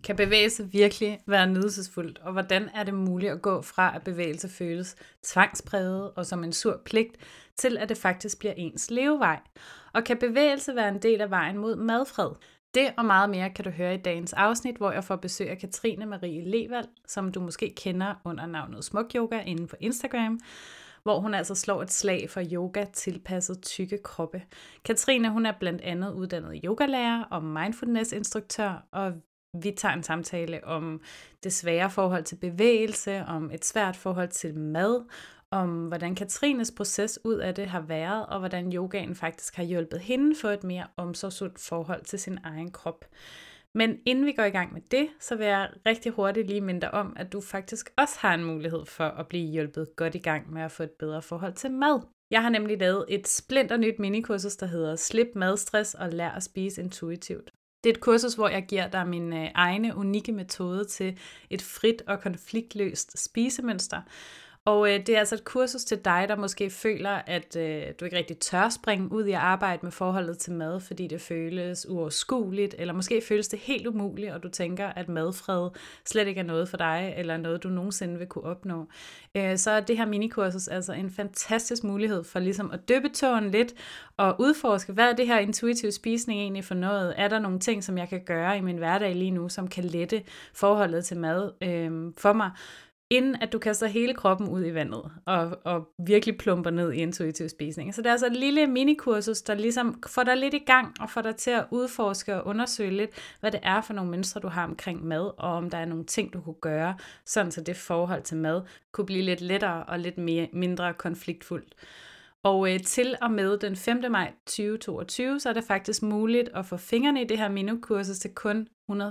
Kan bevægelse virkelig være nydelsesfuldt, og hvordan er det muligt at gå fra, at bevægelse føles tvangspræget og som en sur pligt, til at det faktisk bliver ens levevej? Og kan bevægelse være en del af vejen mod madfred? Det og meget mere kan du høre i dagens afsnit, hvor jeg får besøg af Katrine Marie Levald, som du måske kender under navnet Smuk Yoga inde på Instagram, hvor hun altså slår et slag for yoga tilpasset tykke kroppe. Katrine, hun er blandt andet uddannet yogalærer og mindfulness-instruktør, og vi tager en samtale om det svære forhold til bevægelse, om et svært forhold til mad, om hvordan Katrines proces ud af det har været, og hvordan yogaen faktisk har hjulpet hende for et mere omsorgsfuldt forhold til sin egen krop. Men inden vi går i gang med det, så vil jeg rigtig hurtigt lige minde dig om, at du faktisk også har en mulighed for at blive hjulpet godt i gang med at få et bedre forhold til mad. Jeg har nemlig lavet et splinternyt minikursus, der hedder Slip madstress og lær at spise intuitivt. Det er et kursus, hvor jeg giver dig min egne unikke metode til et frit og konfliktløst spisemønster. Og det er altså et kursus til dig, der måske føler, at du ikke rigtig tør springe ud i at arbejde med forholdet til mad, fordi det føles uoverskueligt, eller måske føles det helt umuligt, og du tænker, at madfred slet ikke er noget for dig, eller noget, du nogensinde vil kunne opnå. Så er det her minikursus altså en fantastisk mulighed for ligesom at dyppe tåen lidt, og udforske, hvad er det her intuitiv spisning egentlig for noget? Er der nogle ting, som jeg kan gøre i min hverdag lige nu, som kan lette forholdet til mad for mig? Inden at du kaster hele kroppen ud i vandet og virkelig plumper ned i intuitiv spisning. Så det er altså et lille minikursus, der ligesom får dig lidt i gang og får dig til at udforske og undersøge lidt, hvad det er for nogle mønstre, du har omkring mad, og om der er nogle ting, du kunne gøre, sådan så det forhold til mad kunne blive lidt lettere og lidt mindre konfliktfuldt. Og til og med den 5. maj 2022, så er det faktisk muligt at få fingrene i det her minikursus til kun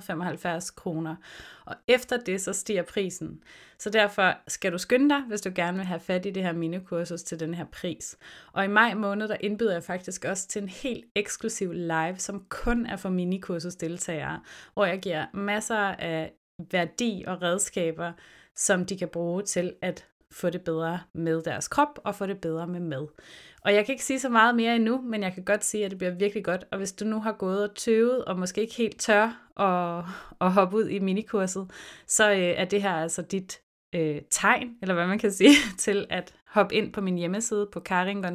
175 kroner. Og efter det, så stiger prisen. Så derfor skal du skynde dig, hvis du gerne vil have fat i det her minikursus til den her pris. Og i maj måned, der indbyder jeg faktisk også til en helt eksklusiv live, som kun er for minikursusdeltagere, hvor jeg giver masser af værdi og redskaber, som de kan bruge til at få det bedre med deres krop og få det bedre med mad. Og jeg kan ikke sige så meget mere endnu, men jeg kan godt sige, at det bliver virkelig godt. Og hvis du nu har gået og tøvet og måske ikke helt tør at hoppe ud i minikurset, så er det her altså dit tegn, eller hvad man kan sige, til at hoppe ind på min hjemmeside på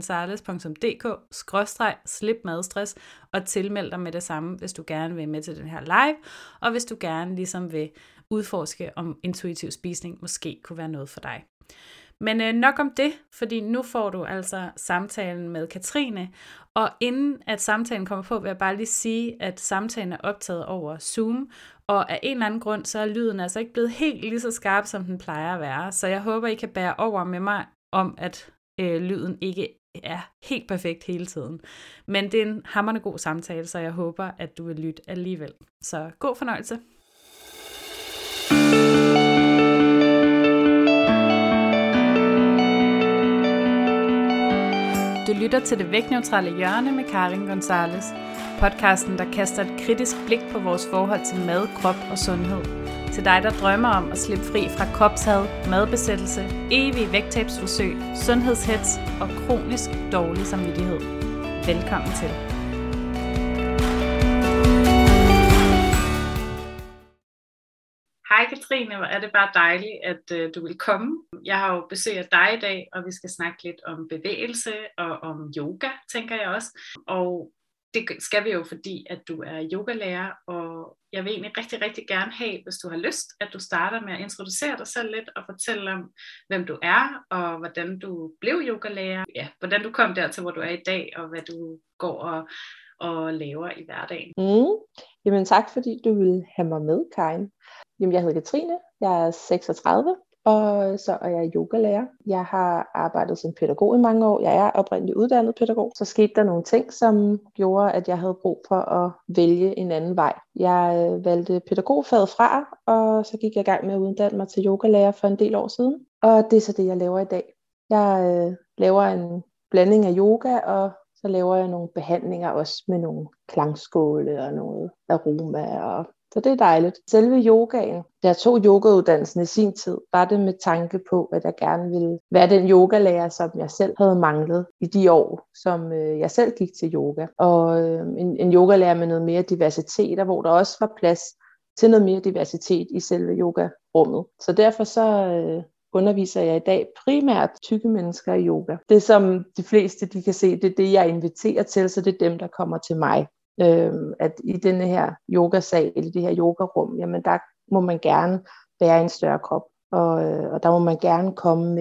karingonzales.dk/slipmadstress og tilmelde dig med det samme, hvis du gerne vil med til den her live, og hvis du gerne ligesom vil udforske, om intuitiv spisning måske kunne være noget for dig. Men nok om det, fordi nu får du altså samtalen med Katrine, og inden at samtalen kommer på, vil jeg bare lige sige, at samtalen er optaget over Zoom, og af en eller anden grund, så er lyden altså ikke blevet helt lige så skarp, som den plejer at være, så jeg håber, I kan bære over med mig om, at lyden ikke er helt perfekt hele tiden. Men det er en hamrende god samtale, så jeg håber, at du vil lytte alligevel. Så god fornøjelse. Du lytter til Det Vægtneutrale Hjørne med Karin Gonzales, podcasten, der kaster et kritisk blik på vores forhold til mad, krop og sundhed. Til dig, der drømmer om at slippe fri fra kropshad, madbesættelse, evige vægttabsforsøg, sundhedshets og kronisk dårlig samvittighed. Velkommen til. Hej Katrine, hvor er det bare dejligt, at du vil komme. Jeg har jo besøg af dig i dag, og vi skal snakke lidt om bevægelse og om yoga, tænker jeg også. Og det skal vi jo, fordi at du er yogalærer, og jeg vil egentlig rigtig, rigtig gerne have, hvis du har lyst, at du starter med at introducere dig selv lidt og fortælle om, hvem du er, og hvordan du blev yogalærer. Ja, hvordan du kom dertil, hvor du er i dag, og hvad du går og laver i hverdagen. Jamen tak, fordi du vil have mig med, Karin. Jamen, jeg hedder Katrine, jeg er 36, og så er jeg yogalærer. Jeg har arbejdet som pædagog i mange år. Jeg er oprindeligt uddannet pædagog. Så skete der nogle ting, som gjorde, at jeg havde brug for at vælge en anden vej. Jeg valgte pædagogfaget fra, og så gik jeg i gang med at uddanne mig til yogalærer for en del år siden. Og det er så det, jeg laver i dag. Jeg laver en blanding af yoga, og så laver jeg nogle behandlinger også med nogle klangskåle og noget aroma og så det er dejligt. Selve yogaen, da jeg tog yogauddannelsen i sin tid, var det med tanke på, at jeg gerne ville være den yogalærer, som jeg selv havde manglet i de år, som jeg selv gik til yoga. Og en yogalærer med noget mere diversitet, hvor der også var plads til noget mere diversitet i selve yogarummet. Så derfor så underviser jeg i dag primært tykke mennesker i yoga. Det som de fleste de kan se, det er det, jeg inviterer til, så det er dem, der kommer til mig. At i denne her yogasal, i det her yogarum, jamen der må man gerne bære en større krop, og der må man gerne komme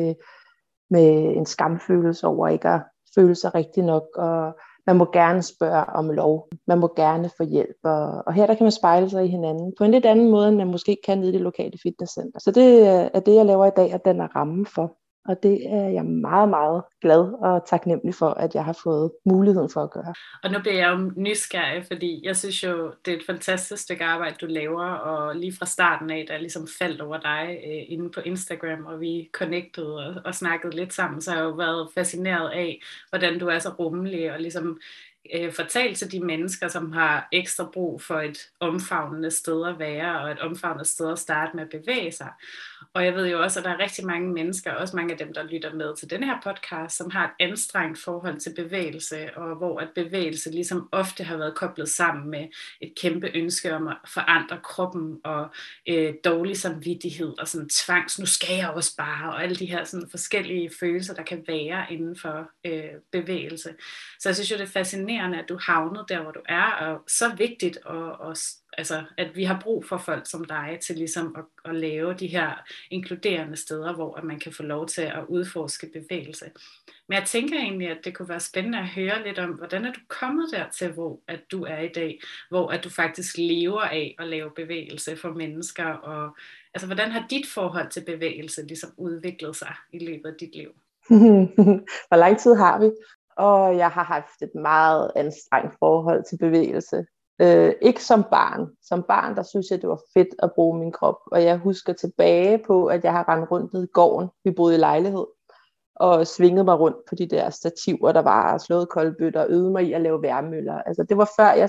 med en skamfølelse over ikke at føle sig rigtig nok, og man må gerne spørge om lov, man må gerne få hjælp, og her der kan man spejle sig i hinanden på en lidt anden måde, end man måske kan nede i det lokale fitnesscenter. Så det er det, jeg laver i dag, og den er rammen for. Og det er jeg meget, meget glad og taknemmelig for, at jeg har fået muligheden for at gøre. Og nu bliver jeg jo nysgerrig, fordi jeg synes jo, det er et fantastisk stykke arbejde, du laver, og lige fra starten af, da jeg ligesom faldt over dig inde på Instagram, og vi connectede og snakkede lidt sammen, så har jeg jo været fascineret af, hvordan du er så rummelig, og ligesom fortalt til de mennesker, som har ekstra brug for et omfavnende sted at være, og et omfavnende sted at starte med at bevæge sig. Og jeg ved jo også, at der er rigtig mange mennesker, også mange af dem, der lytter med til denne her podcast, som har et anstrengt forhold til bevægelse, og hvor at bevægelse ligesom ofte har været koblet sammen med et kæmpe ønske om at forandre kroppen, og dårlig samvittighed, og sådan tvangs, nu skal jeg også bare, og alle de her sådan forskellige følelser, der kan være inden for bevægelse. Så jeg synes jo, det er fascinerende, at du havnede der, hvor du er, og så vigtigt, og altså, at vi har brug for folk som dig til ligesom at lave de her inkluderende steder, hvor man kan få lov til at udforske bevægelse. Men jeg tænker egentlig, at det kunne være spændende at høre lidt om, hvordan er du kommet dertil, hvor at du er i dag, hvor at du faktisk lever af at lave bevægelse for mennesker, og altså, hvordan har dit forhold til bevægelse ligesom udviklet sig i løbet af dit liv? Hvor lang tid har vi? Og jeg har haft et meget anstrengt forhold til bevægelse. Ikke som barn. Som barn, der synes jeg, det var fedt at bruge min krop. Og jeg husker tilbage på, at jeg har rendt rundt ned i gården. Vi boede i lejlighed. Og svingede mig rundt på de der stativer, der var slået koldbøtter og øvede mig i at lave værmøller. Altså det var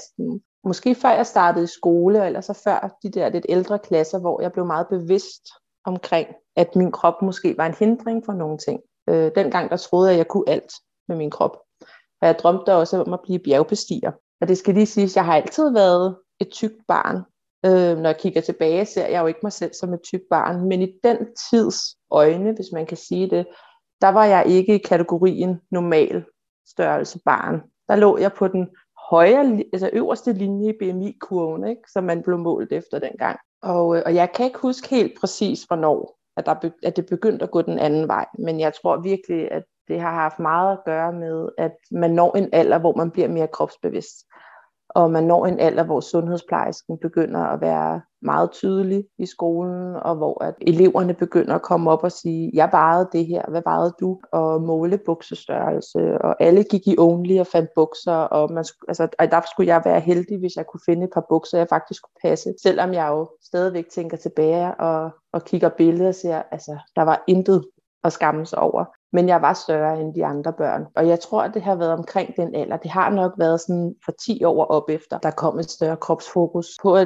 måske før jeg startede i skole, eller så før de der lidt ældre klasser, hvor jeg blev meget bevidst omkring, at min krop måske var en hindring for nogle ting. Dengang der troede jeg, at jeg kunne alt med min krop. Og jeg drømte også om at blive bjergbestiger. Og det skal lige siges, jeg har altid været et tykt barn. Når jeg kigger tilbage, ser jeg jo ikke mig selv som et tykt barn. Men i den tids øjne, hvis man kan sige det, der var jeg ikke i kategorien normal størrelse barn. Der lå jeg på den øverste linje i BMI-kurven, ikke, som man blev målt efter dengang. Og jeg kan ikke huske helt præcis, hvornår at det begyndte at gå den anden vej. Men jeg tror virkelig, at det har haft meget at gøre med, at man når en alder, hvor man bliver mere kropsbevidst. Og man når en alder, hvor sundhedsplejersken begynder at være meget tydelig i skolen, og hvor at eleverne begynder at komme op og sige, jeg vejede det her, hvad vejede du? Og måle buksestørrelse, og alle gik i Only og fandt bukser, og der skulle jeg være heldig, hvis jeg kunne finde et par bukser, jeg faktisk kunne passe. Selvom jeg jo stadigvæk tænker tilbage og kigger billeder og siger, altså der var intet at skamme sig over. Men jeg var større end de andre børn. Og jeg tror, at det har været omkring den alder. Det har nok været sådan for 10 år op efter, der kom et større kropsfokus på,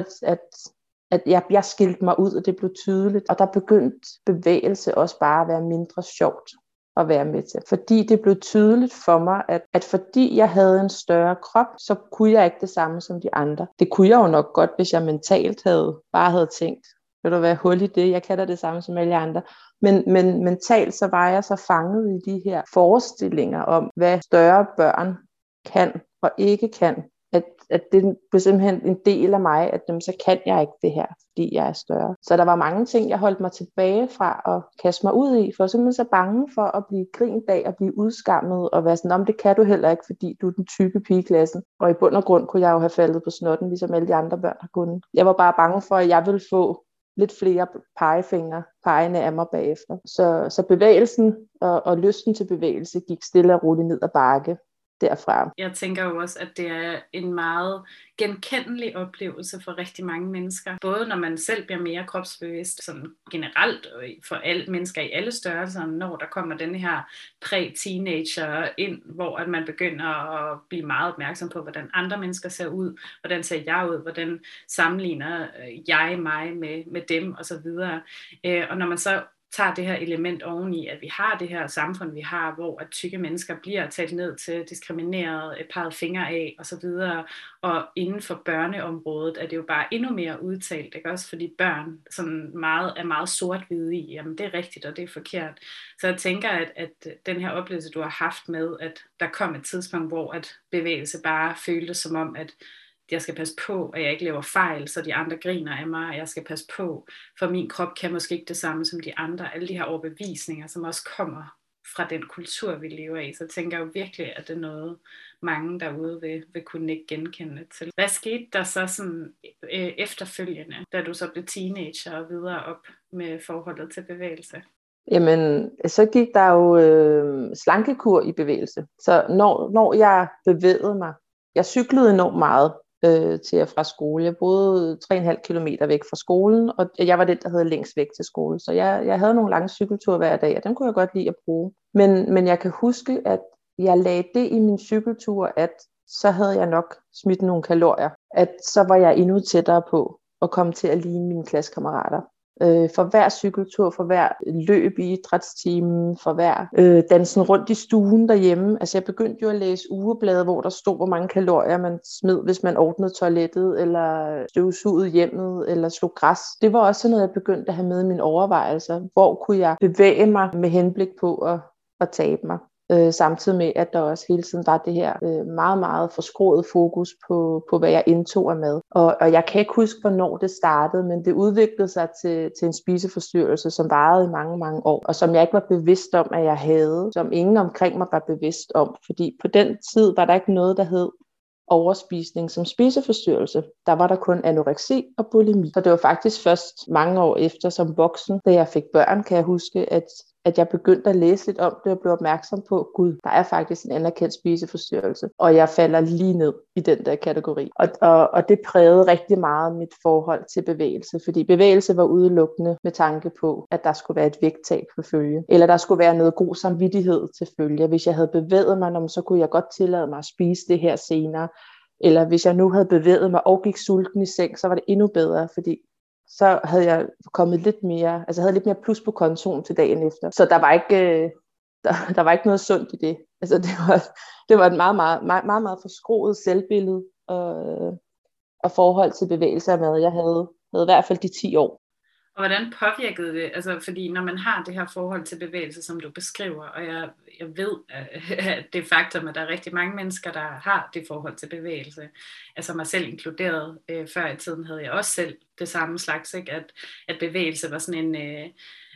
at jeg skilte mig ud, og det blev tydeligt. Og der begyndte bevægelse også bare at være mindre sjovt at være med til. Fordi det blev tydeligt for mig, at fordi jeg havde en større krop, så kunne jeg ikke det samme som de andre. Det kunne jeg jo nok godt, hvis jeg mentalt bare havde tænkt, vil du være hul i det? Jeg kan da det samme som alle andre. Men mentalt så var jeg så fanget i de her forestillinger om, hvad større børn kan og ikke kan. At det blev simpelthen en del af mig, at så kan jeg ikke det her, fordi jeg er større. Så der var mange ting, jeg holdt mig tilbage fra at kaste mig ud i, for simpelthen så bange for at blive grint af og blive udskammet, og være sådan, om det kan du heller ikke, fordi du er den tykke pige i klassen. Og i bund og grund kunne jeg jo have faldet på snotten, ligesom alle de andre børn har kunnet. Jeg var bare bange for, at jeg ville få lidt flere pegefingre pegende af mig bagefter. Så bevægelsen og lysten til bevægelse gik stille og roligt ned ad bakke derfra. Jeg tænker jo også, at det er en meget genkendelig oplevelse for rigtig mange mennesker. Både når man selv bliver mere kropsbevidst, sådan generelt for alle mennesker i alle størrelser, når der kommer denne her præ-teenager ind, hvor at man begynder at blive meget opmærksom på, hvordan andre mennesker ser ud, hvordan ser jeg ud, hvordan sammenligner jeg mig med dem osv. Og når man så tager det her element oveni, at vi har det her samfund, vi har, hvor at tykke mennesker bliver talt ned til, diskrimineret, peget fingre af osv., og inden for børneområdet er det jo bare endnu mere udtalt, ikke også, fordi børn sådan er meget sort-hvide i, jamen det er rigtigt, og det er forkert. Så jeg tænker, at den her oplevelse, du har haft med, at der kom et tidspunkt, hvor at bevægelse bare føltes som om, at jeg skal passe på, at jeg ikke laver fejl, så de andre griner af mig, og jeg skal passe på, for min krop kan måske ikke det samme som de andre. Alle de her overbevisninger, som også kommer fra den kultur, vi lever i. Så jeg tænker jo virkelig, at det er noget, mange derude vil kunne ikke genkende til. Hvad skete der så sådan, efterfølgende, da du så blev teenager og videre op med forholdet til bevægelse? Jamen, så gik der jo slankekur i bevægelse. Så når jeg bevægede mig, jeg cyklede enormt meget til og fra skole. Jeg boede 3,5 kilometer væk fra skolen, og jeg var den, der havde længst væk til skole. Så jeg havde nogle lange cykelture hver dag, og dem kunne jeg godt lide at bruge. Men jeg kan huske, at jeg lagde det i min cykeltur, at så havde jeg nok smidt nogle kalorier. At så var jeg endnu tættere på at komme til at ligne mine klassekammerater. For hver cykeltur, for hver løb i idrætstimen, for hver dansen rundt i stuen derhjemme. Altså jeg begyndte jo at læse ugeblade, hvor der stod, hvor mange kalorier man smed, hvis man ordnede toilettet, eller støvsugede hjemmet, eller slog græs. Det var også noget, jeg begyndte at have med i mine overvejelser. Hvor kunne jeg bevæge mig med henblik på at tabe mig? Samtidig med, at der også hele tiden var det her meget, meget forskroede fokus på, hvad jeg indtog af mad. Og jeg kan ikke huske, hvornår det startede, men det udviklede sig til en spiseforstyrrelse, som varede i mange, mange år, og som jeg ikke var bevidst om, at jeg havde, som ingen omkring mig var bevidst om. Fordi på den tid var der ikke noget, der hed overspisning som spiseforstyrrelse. Der var der kun anoreksi og bulimi. Så det var faktisk først mange år efter som voksen, da jeg fik børn, kan jeg huske, at jeg begyndte at læse lidt om det og blev opmærksom på, gud, der er faktisk en anerkendt spiseforstyrrelse, og jeg falder lige ned i den der kategori. Og det prægede rigtig meget mit forhold til bevægelse, fordi bevægelse var udelukkende med tanke på, at der skulle være et vægttab for følge, eller der skulle være noget god samvittighed til følge. Hvis jeg havde bevæget mig, så kunne jeg godt tillade mig at spise det her senere, eller hvis jeg nu havde bevæget mig og gik sulten i seng, så var det endnu bedre, fordi så havde jeg kommet lidt mere, altså havde lidt mere plus på kontoen til dagen efter. Så der var ikke noget sundt i det. Altså det var et meget, meget, meget, meget, meget forskroet selvbillede og forhold til bevægelse af mad. Jeg havde i hvert fald de 10 år. Og hvordan påvirkede det? Altså, fordi når man har det her forhold til bevægelse, som du beskriver, og jeg ved, at det faktum, at der er rigtig mange mennesker, der har det forhold til bevægelse, altså mig selv inkluderet, før i tiden havde jeg også selv det samme slags, ikke? At bevægelse var sådan en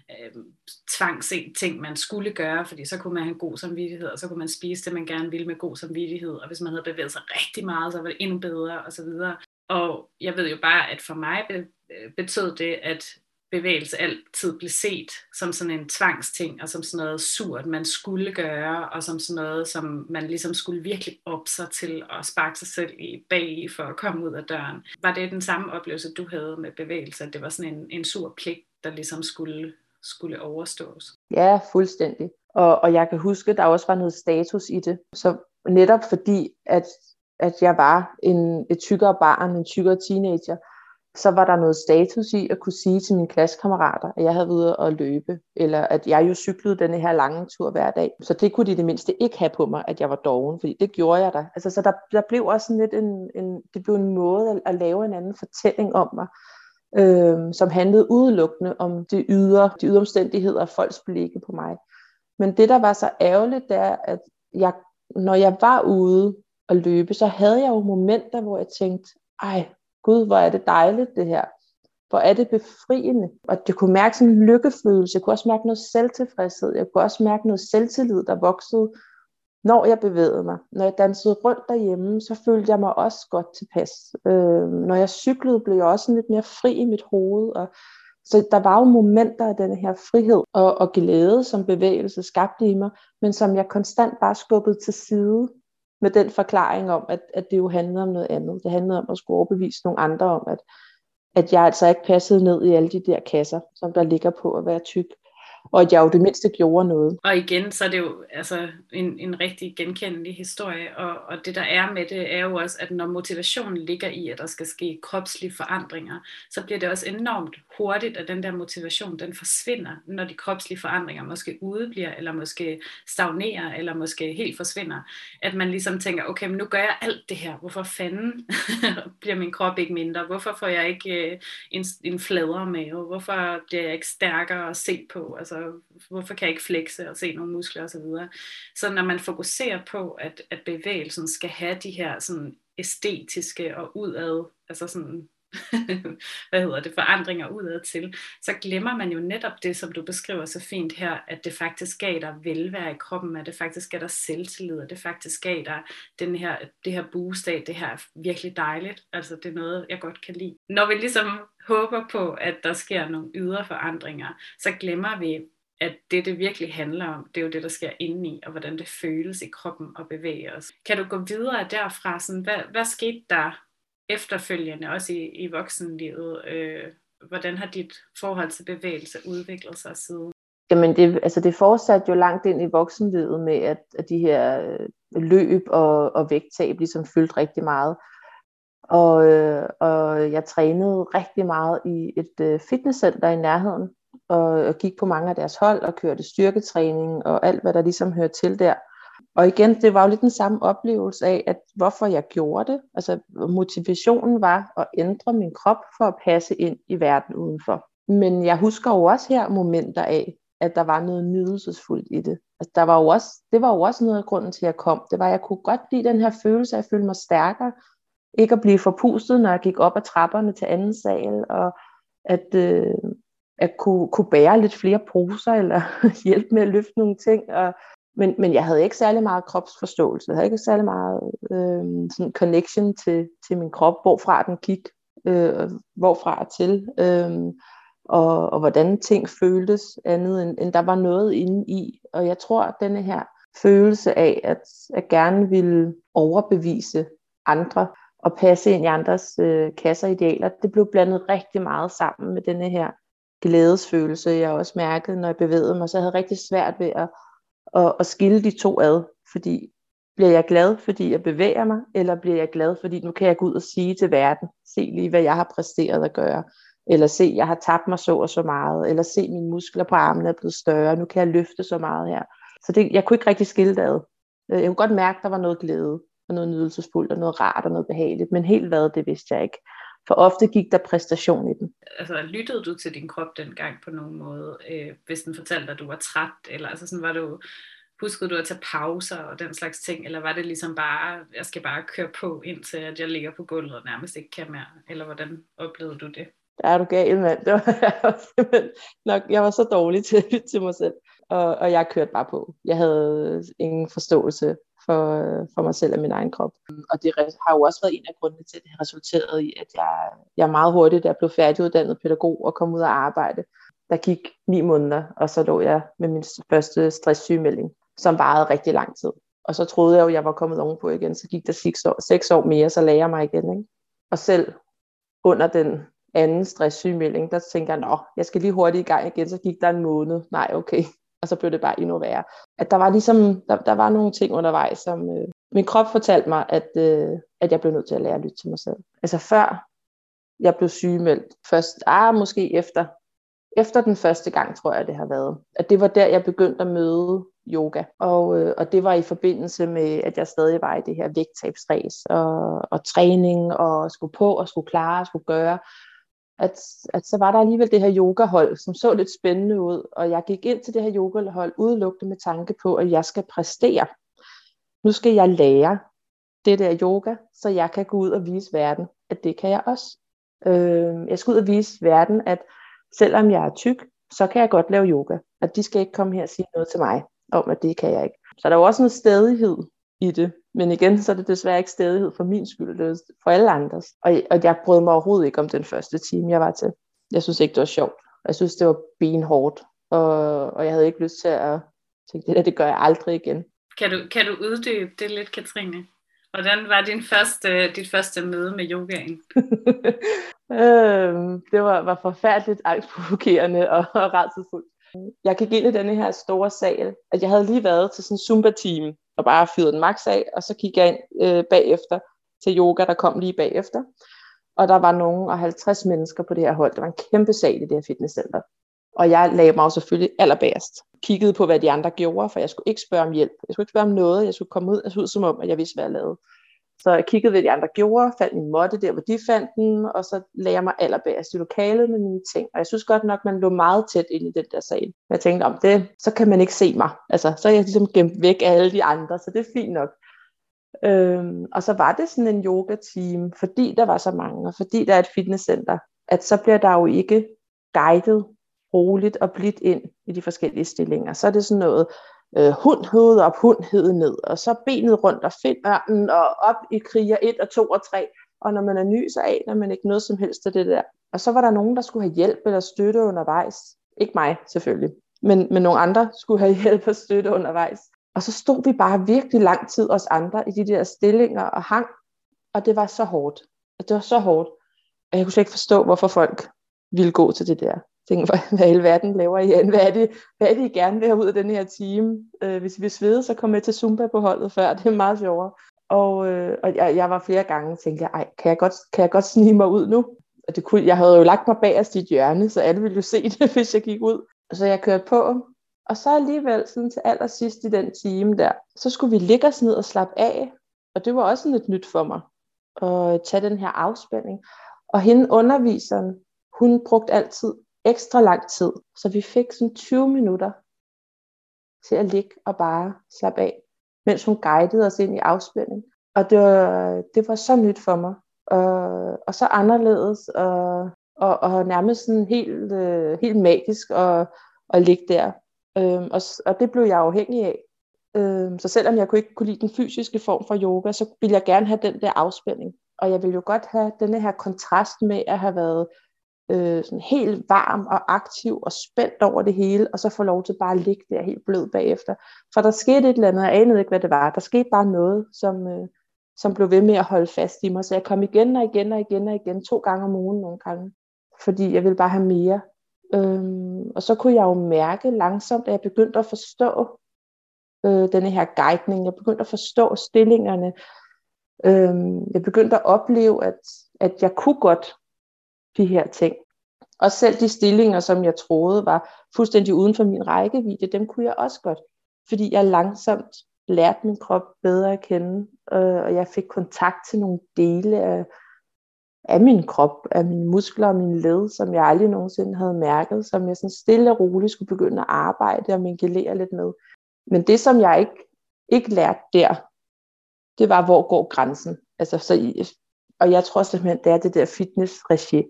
ting, man skulle gøre, fordi så kunne man have god samvittighed, og så kunne man spise det, man gerne ville med god samvittighed, og hvis man havde bevæget sig rigtig meget, så var det endnu bedre, og så videre. Og jeg ved jo bare, at for mig betød det, at bevægelse altid blev set som sådan en tvangsting, og som sådan noget surt, man skulle gøre, og som sådan noget, som man ligesom skulle virkelig op sig til at sparke sig selv bag for at komme ud af døren. Var det den samme oplevelse, du havde med bevægelse, at det var sådan en sur pligt, der ligesom skulle overstås? Ja, fuldstændig. Og jeg kan huske, at der også var noget status i det. Så netop fordi, at jeg var et tykkere barn, en tykkere teenager, så var der noget status i at kunne sige til mine klassekammerater, at jeg havde været ude at løbe, eller at jeg jo cyklede denne her lange tur hver dag. Så det kunne de det mindste ikke have på mig, at jeg var doven, fordi det gjorde jeg da. Altså, så der blev også sådan lidt det blev en måde at lave en anden fortælling om mig, som handlede udelukkende om de ydre omstændigheder og folks blikke på mig. Men det, der var så ærgerligt, det er, at når jeg var ude at løbe, så havde jeg jo momenter, hvor jeg tænkte, ej, Gud, hvor er det dejligt det her. Hvor er det befriende. Og jeg kunne mærke sådan en lykkefølelse. Jeg kunne også mærke noget selvtilfredshed. Jeg kunne også mærke noget selvtillid, der voksede, når jeg bevægede mig. Når jeg dansede rundt derhjemme, så følte jeg mig også godt tilpas. Når jeg cyklede, blev jeg også lidt mere fri i mit hoved. Så der var jo momenter af denne her frihed og glæde, som bevægelse skabte i mig, men som jeg konstant bare skubbede til side, med den forklaring om, at det jo handlede om noget andet. Det handlede om at skulle overbevise nogle andre om, at jeg altså ikke passede ned i alle de der kasser, som der ligger på at være tyk. Og at jeg jo det mindste gjorde noget. Og igen, så er det jo altså en rigtig genkendelig historie, og det der er med det, er jo også, at når motivationen ligger i, at der skal ske kropslige forandringer, så bliver det også enormt hurtigt, at den der motivation, den forsvinder, når de kropslige forandringer måske udebliver, eller måske stagnerer, eller måske helt forsvinder. At man ligesom tænker, okay, men nu gør jeg alt det her. Hvorfor fanden bliver min krop ikke mindre? Hvorfor får jeg ikke en fladere mave? Hvorfor bliver jeg ikke stærkere at se på? Altså, hvorfor kan jeg ikke flexe og se nogle muskler osv.? Så når man fokuserer på, at bevægelsen skal have de her sådan æstetiske og udad, altså sådan forandringer udad til, så glemmer man jo netop det, som du beskriver så fint her, at det faktisk gav dig velvære i kroppen, at det faktisk gav dig selvtillid, at det faktisk gav dig det her boost af, det her er virkelig dejligt, altså det er noget, jeg godt kan lide. Når vi ligesom håber på, at der sker nogle ydre forandringer, så glemmer vi, at det virkelig handler om, det er jo det, der sker indeni, og hvordan det føles i kroppen at bevæge os. Kan du gå videre derfra? Sådan, hvad skete der efterfølgende, også i voksenlivet? Hvordan har dit forhold til bevægelse udviklet sig siden? Jamen det fortsatte jo langt ind i voksenlivet med, at de her løb og vægttab ligesom fyldte rigtig meget. Og jeg trænede rigtig meget i et fitnesscenter i nærheden, og gik på mange af deres hold og kørte styrketræning og alt, hvad der ligesom hører til der. Og igen, det var jo lidt den samme oplevelse af, at hvorfor jeg gjorde det. Altså motivationen var at ændre min krop for at passe ind i verden udenfor. Men jeg husker jo også her momenter af, at der var noget nydelsesfuldt i det. Altså, det var jo også noget af grunden til, at jeg kom. Det var, at jeg kunne godt lide den her følelse af at føle mig stærkere. Ikke at blive forpustet, når jeg gik op ad trapperne til anden sal, og at kunne bære lidt flere poser, eller hjælpe med at løfte nogle ting. Men jeg havde ikke særlig meget kropsforståelse. Jeg havde ikke særlig meget sådan connection til min krop, hvorfra den gik, hvorfra til, og hvordan ting føltes andet, end der var noget inde i. Og jeg tror, at denne her følelse af at gerne ville overbevise andre, og passe ind i andres kasser og idealer, det blev blandet rigtig meget sammen med denne her glædesfølelse, jeg også mærkede, når jeg bevægede mig. Så jeg havde rigtig svært ved at skille de to ad, fordi bliver jeg glad, fordi jeg bevæger mig, eller bliver jeg glad, fordi nu kan jeg gå ud og sige til verden, se lige, hvad jeg har præsteret at gøre, eller se, jeg har tabt mig så og så meget, eller se, mine muskler på armene er blevet større, nu kan jeg løfte så meget her. Så jeg kunne ikke rigtig skille det ad. Jeg kunne godt mærke, at der var noget glæde, og noget nydelsesfuldt, og noget rart, og noget behageligt, men helt hvad, det vidste jeg ikke. For ofte gik der præstation i den. Altså, lyttede du til din krop dengang på nogen måde, hvis den fortalte dig, at du var træt, eller altså sådan, huskede du at tage pauser og den slags ting, eller var det ligesom bare, jeg skal bare køre på, indtil at jeg ligger på gulvet og nærmest ikke kan mere, eller hvordan oplevede du det? Der er du gal, mand. Det var simpelthen nok, jeg var så dårlig til at lytte til mig selv, og jeg kørte bare på. Jeg havde ingen forståelse for mig selv og min egen krop. Og det har jo også været en af grundene til, at det har resulteret i, at jeg meget hurtigt, da jeg blev færdiguddannet pædagog og kom ud og arbejde, der gik 9 måneder, og så lå jeg med min første stresssygemelding, som varede rigtig lang tid. Og så troede jeg jo, jeg var kommet ovenpå igen, så gik der 6 år mere, så lagde jeg mig igen. Ikke? Og selv under den anden stresssygemelding, der tænkte jeg, jeg skal lige hurtigt i gang igen, så gik der en måned. Nej, okay. Og så blev det bare endnu værre. At der var ligesom, der var nogle ting undervejs, som min krop fortalte mig, at jeg blev nødt til at lære at lytte til mig selv. Altså før jeg blev sygemeldt, først, måske efter den første gang, tror jeg, det har været. At det var der, jeg begyndte at møde yoga. Og det var i forbindelse med, at jeg stadig var i det her vægttabsræs og træning, og skulle på, og skulle klare, og skulle gøre. At så var der alligevel det her yogahold, som så lidt spændende ud, og jeg gik ind til det her yogahold udelukkende med tanke på, at jeg skal præstere. Nu skal jeg lære det der yoga, så jeg kan gå ud og vise verden, at det kan jeg også. Jeg skal ud og vise verden, at selvom jeg er tyk, så kan jeg godt lave yoga. At de skal ikke komme her og sige noget til mig om, at det kan jeg ikke. Så der er jo også noget stædighed i det. Men igen, så er det desværre ikke stædighed for min skyld, det er for alle andres. Og jeg brød mig overhovedet ikke om den første time, jeg var til. Jeg synes ikke, det var sjovt. Jeg synes, det var benhårdt. Og jeg havde ikke lyst til at tænke, det gør jeg aldrig igen. Kan du uddybe det lidt, Katrine? Hvordan var dit første møde med yogaen? Det var forfærdeligt angstprovokerende og rædselsfuldt. Jeg gik ind i denne her store sal, at jeg havde lige været til sådan en Zumba-team, og bare fyrede den max af, og så gik jeg ind bagefter til yoga, der kom lige bagefter. Og der var nogen af 50 mennesker på det her hold. Det var en kæmpe sal i det her fitnesscenter. Og jeg lagde mig jo selvfølgelig allerbærest. Kiggede på, hvad de andre gjorde, for jeg skulle ikke spørge om hjælp. Jeg skulle ikke spørge om noget. Jeg skulle komme ud som om, at jeg vidste, hvad jeg lavede. Så jeg kiggede, hvad de andre gjorde, fandt min måtte der, hvor de fandt den, og så lagde jeg mig allerbærest i lokalet med mine ting. Og jeg synes godt nok, man lå meget tæt ind i den der sal. Men jeg tænkte, om det, så kan man ikke se mig. Altså, så er jeg ligesom gemt væk af alle de andre, så det er fint nok. Og så var det sådan en yoga-team, fordi der var så mange, og fordi der er et fitnesscenter, at så bliver der jo ikke guidet roligt og blidt ind i de forskellige stillinger. Så er det sådan noget hund op, hund ned, og så benet rundt og find ørnen, og op i kriger 1 og 2 og 3. Og når man er ny, så aner man ikke noget som helst af det der. Og så var der nogen, der skulle have hjælp eller støtte undervejs. Ikke mig selvfølgelig, men nogle andre skulle have hjælp og støtte undervejs. Og så stod vi bare virkelig lang tid os andre i de der stillinger og hang, og det var så hårdt. Det var så hårdt, at jeg kunne slet ikke forstå, hvorfor folk ville gå til det der. Jeg tænkte, hvad hele verden laver I an? Hvad er det, I gerne vil have ud af den her time? Hvis vi svede, så kom jeg til Zumba på holdet før. Det er meget sjovere. Og jeg var flere gange, tænkte jeg, kan jeg godt snige mig ud nu? Og jeg havde jo lagt mig bagerst i et hjørne, så alle ville jo se det, hvis jeg gik ud. Så jeg kørte på. Og så alligevel, sådan til allersidst i den time der, så skulle vi ligge os ned og slappe af. Og det var også lidt nyt for mig, at tage den her afspænding. Og hende underviseren, hun brugte altid ekstra lang tid. Så vi fik sådan 20 minutter til at ligge og bare slappe af, mens hun guidede os ind i afspænding. Og det var så nyt for mig. Og så anderledes, og nærmest sådan helt magisk at ligge der. Og det blev jeg afhængig af. Så selvom jeg ikke kunne lide den fysiske form for yoga, så ville jeg gerne have den der afspænding. Og jeg ville jo godt have denne her kontrast med at have været sådan helt varm og aktiv og spændt over det hele, og så få lov til bare at ligge der helt blød bagefter. For der skete et eller andet, jeg anede ikke, hvad det var. Der skete bare noget, som blev ved med at holde fast i mig. Så jeg kom igen og igen 2 gange om ugen nogle gange, fordi jeg ville bare have mere. Og så kunne jeg jo mærke langsomt, at jeg begyndte at forstå denne her guidning. Jeg begyndte at forstå stillingerne. Jeg begyndte at opleve, at jeg kunne godt de her ting. Og selv de stillinger, som jeg troede var fuldstændig uden for min rækkevidde, dem kunne jeg også godt. Fordi jeg langsomt lærte min krop bedre at kende, og jeg fik kontakt til nogle dele af min krop, af mine muskler og mine led, som jeg aldrig nogensinde havde mærket, som jeg sådan stille og roligt skulle begynde at arbejde og mingelere lidt med. Men det, som jeg ikke lærte der, det var, hvor går grænsen. Og jeg tror simpelthen, det er det der fitness-regi,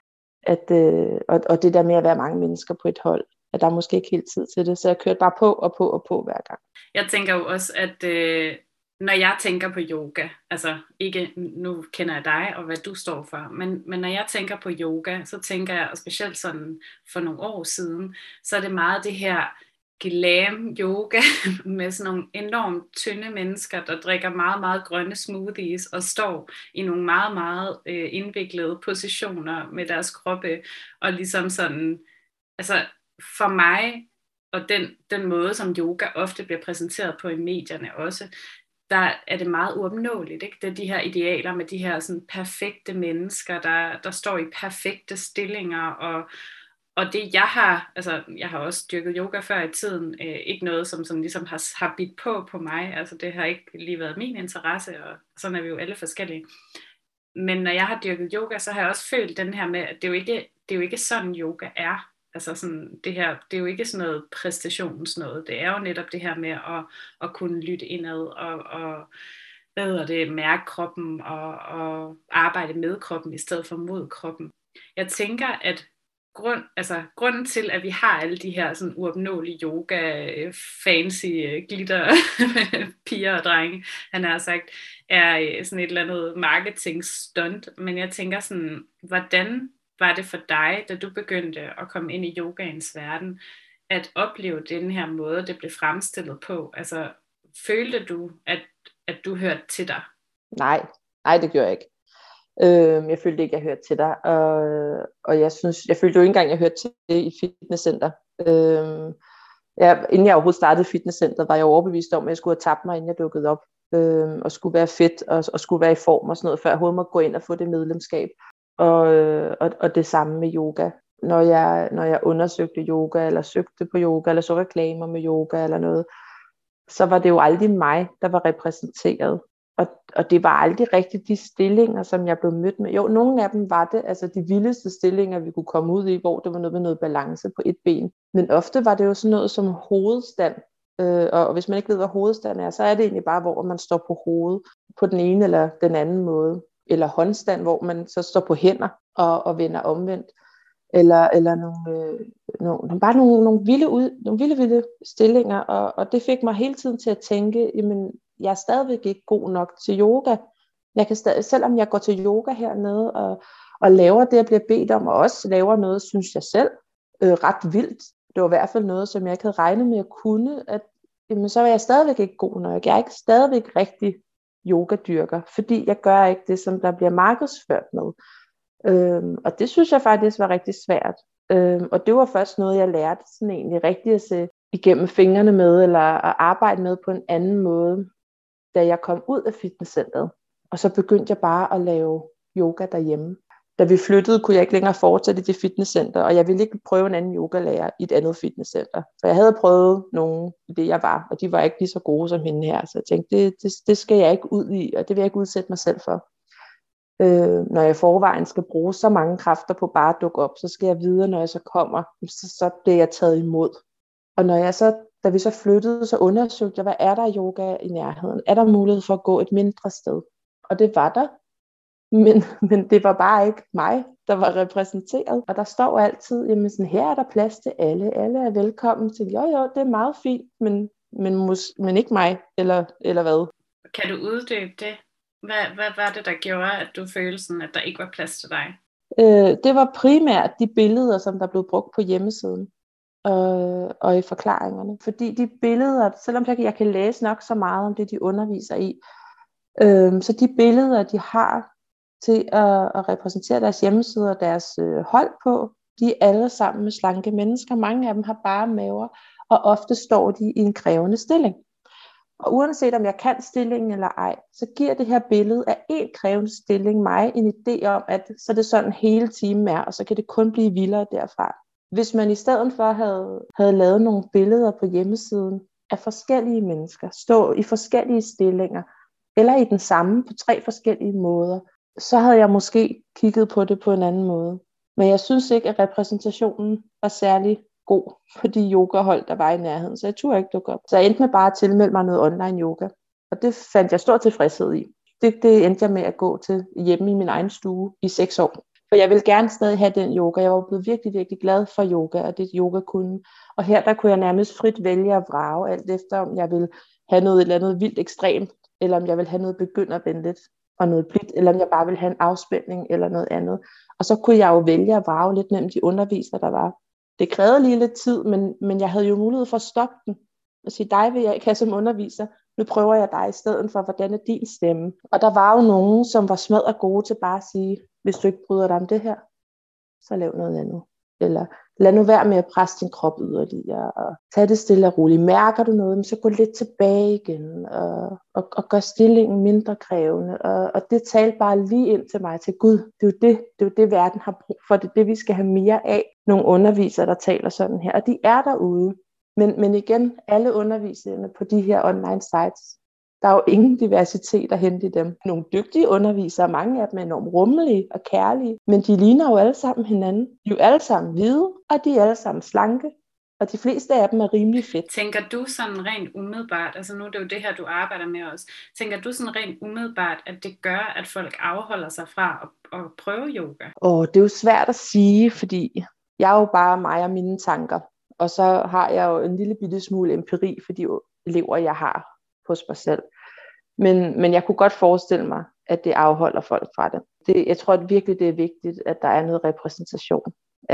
og det der med at være mange mennesker på et hold, at der er måske ikke helt tid til det. Så jeg kørte bare på hver gang. Jeg tænker jo også, at når jeg tænker på yoga, altså ikke, nu kender jeg dig og hvad du står for, men når jeg tænker på yoga, så tænker jeg, og specielt sådan for nogle år siden, så er det meget det her glam yoga med sådan nogle enormt tynde mennesker, der drikker meget, meget grønne smoothies og står i nogle meget, meget indviklede positioner med deres kroppe, og ligesom sådan, altså for mig, og den måde, som yoga ofte bliver præsenteret på i medierne også, der er det meget uopnåeligt, ikke? Det er de her idealer med de her sådan perfekte mennesker, der står i perfekte stillinger, og det jeg har også dyrket yoga før i tiden, ikke noget som ligesom har bidt på mig, altså det har ikke lige været min interesse, og sådan er vi jo alle forskellige. Men når jeg har dyrket yoga, så har jeg også følt den her med, at det er jo ikke sådan yoga er. Altså sådan det her, det er jo ikke sådan noget præstationsnoget. Det er jo netop det her med at kunne lytte indad og mærke kroppen og arbejde med kroppen i stedet for mod kroppen. Jeg tænker, at grunden til, at vi har alle de her sådan uopnåelige yoga, fancy glitter piger og drenge, han har sagt, er sådan et eller andet marketing stunt. Men jeg tænker sådan, hvordan var det for dig, da du begyndte at komme ind i yogaens verden, at opleve den her måde, det blev fremstillet på? Altså, følte du, at du hørte til dig? Nej, det gjorde jeg ikke. Jeg følte ikke, jeg hørte til dig, og jeg følte jo ikke engang, jeg hørte til i fitnesscenter. Inden jeg overhovedet startede fitnesscenter, var jeg overbevist om, at jeg skulle have tabt mig, inden jeg dukkede op. og skulle være fedt og skulle være i form og sådan noget, før jeg overhovedet måtte gå ind og få det medlemskab. Og det samme med yoga. Når jeg undersøgte yoga, eller søgte på yoga, eller så reklamer med yoga eller noget, så var det jo aldrig mig, der var repræsenteret. Og det var aldrig rigtig de stillinger, som jeg blev mødt med. Jo, nogle af dem var det, altså de vildeste stillinger, vi kunne komme ud i, hvor det var noget med noget balance på et ben. Men ofte var det jo sådan noget som hovedstand. Og hvis man ikke ved, hvad hovedstand er, så er det egentlig bare, hvor man står på hovedet på den ene eller den anden måde. Eller håndstand, hvor man så står på hænder og vender omvendt. Eller nogle vilde stillinger. Og det fik mig hele tiden til at tænke, jamen, jeg er stadigvæk ikke god nok til yoga. Jeg kan selvom jeg går til yoga hernede og laver det, jeg bliver bedt om, og også laver noget, synes jeg selv, ret vildt. Det var i hvert fald noget, som jeg ikke havde regnet med at kunne, at jamen, så var jeg stadigvæk ikke god nok. Jeg er ikke stadigvæk rigtig yogadyrker, fordi jeg gør ikke det, som der bliver markedsført med. Og det synes jeg faktisk var rigtig svært. Og det var først noget, jeg lærte sådan egentlig rigtigt at se igennem fingrene med, eller at arbejde med på en anden måde, da jeg kom ud af fitnesscenteret. Og så begyndte jeg bare at lave yoga derhjemme. Da vi flyttede, kunne jeg ikke længere fortsætte i det fitnesscenter, og jeg ville ikke prøve en anden yogalærer i et andet fitnesscenter. For jeg havde prøvet nogen i det, jeg var, og de var ikke lige så gode som hende her. Så jeg tænkte, det skal jeg ikke ud i, og det vil jeg ikke udsætte mig selv for. Når jeg i forvejen skal bruge så mange kræfter på bare at dukke op, så skal jeg videre, når jeg så kommer, så bliver jeg taget imod. Og da vi så flyttede, så undersøgte jeg, hvad er der yoga i nærheden? Er der mulighed for at gå et mindre sted? Og det var der. Men det var bare ikke mig, der var repræsenteret. Og der står altid, jamen sådan, her er der plads til alle. Alle er velkommen til, jo, det er meget fint, men ikke mig, eller hvad? Kan du uddybe det? Hvad var det, der gjorde, at du følte sådan, at der ikke var plads til dig? Det var primært de billeder, som der blev brugt på hjemmesiden. Og i forklaringerne. Fordi de billeder, selvom jeg kan læse nok så meget om det, de underviser i, så de billeder, de har til at repræsentere deres hjemmesider og deres hold på, de er alle sammen med slanke mennesker. Mange af dem har bare maver, og ofte står de i en krævende stilling. Og uanset om jeg kan stillingen eller ej, så giver det her billede af en krævende stilling mig en idé om, at så er det sådan hele timen er, og så kan det kun blive vildere derfra. Hvis man i stedet for havde lavet nogle billeder på hjemmesiden af forskellige mennesker, stå i forskellige stillinger, eller i den samme på 3 forskellige måder, så havde jeg måske kigget på det på en anden måde. Men jeg synes ikke, at repræsentationen var særlig god på de yogahold, der var i nærheden, så jeg turde ikke dukke op. Så jeg endte med bare at tilmelde mig noget online yoga, og det fandt jeg stor tilfredshed i. Det endte jeg med at gå til hjemme i min egen stue i 6 år. For jeg ville gerne stadig have den yoga. Jeg var blevet virkelig, virkelig glad for yoga, og det yoga kunne. Og her der kunne jeg nærmest frit vælge at vrage, alt efter om jeg ville have noget et eller andet vildt ekstremt, eller om jeg ville have noget begyndervenligt og noget blidt, eller om jeg bare ville have en afspænding eller noget andet. Og så kunne jeg jo vælge at vrage lidt mellem de undervisere, der var. Det krævede lige lidt tid, men jeg havde jo mulighed for at stoppe den og sige, dig vil jeg ikke have som underviser. Nu prøver jeg dig i stedet for, hvordan er din stemme? Og der var jo nogen, som var smadret gode til bare at sige, hvis du ikke bryder dig om det her, så lav noget andet. Eller lad nu være med at presse din krop yderligere, og tag det stille og roligt. Mærker du noget, så gå lidt tilbage igen, og gør stillingen mindre krævende. Og det talte bare lige ind til mig, til Gud, det er jo det verden har brug for, det er det, vi skal have mere af. Nogle undervisere, der taler sådan her, og de er derude. Men igen, alle underviserne på de her online sites, der er jo ingen diversitet at hente i dem. Nogle dygtige undervisere, mange af dem er enormt rummelige og kærlige, men de ligner jo alle sammen hinanden. De er jo alle sammen hvide, og de er alle sammen slanke, og de fleste af dem er rimelig fedt. Tænker du sådan rent umiddelbart, altså nu er det jo det her, du arbejder med også, tænker du sådan rent umiddelbart, at det gør, at folk afholder sig fra at prøve yoga? Det er jo svært at sige, fordi jeg er jo bare mig og mine tanker, og så har jeg jo en lille bitte smule empiri for de elever, jeg har hos mig selv. Men jeg kunne godt forestille mig, at det afholder folk fra det. Jeg tror at virkelig, det er vigtigt, at der er noget repræsentation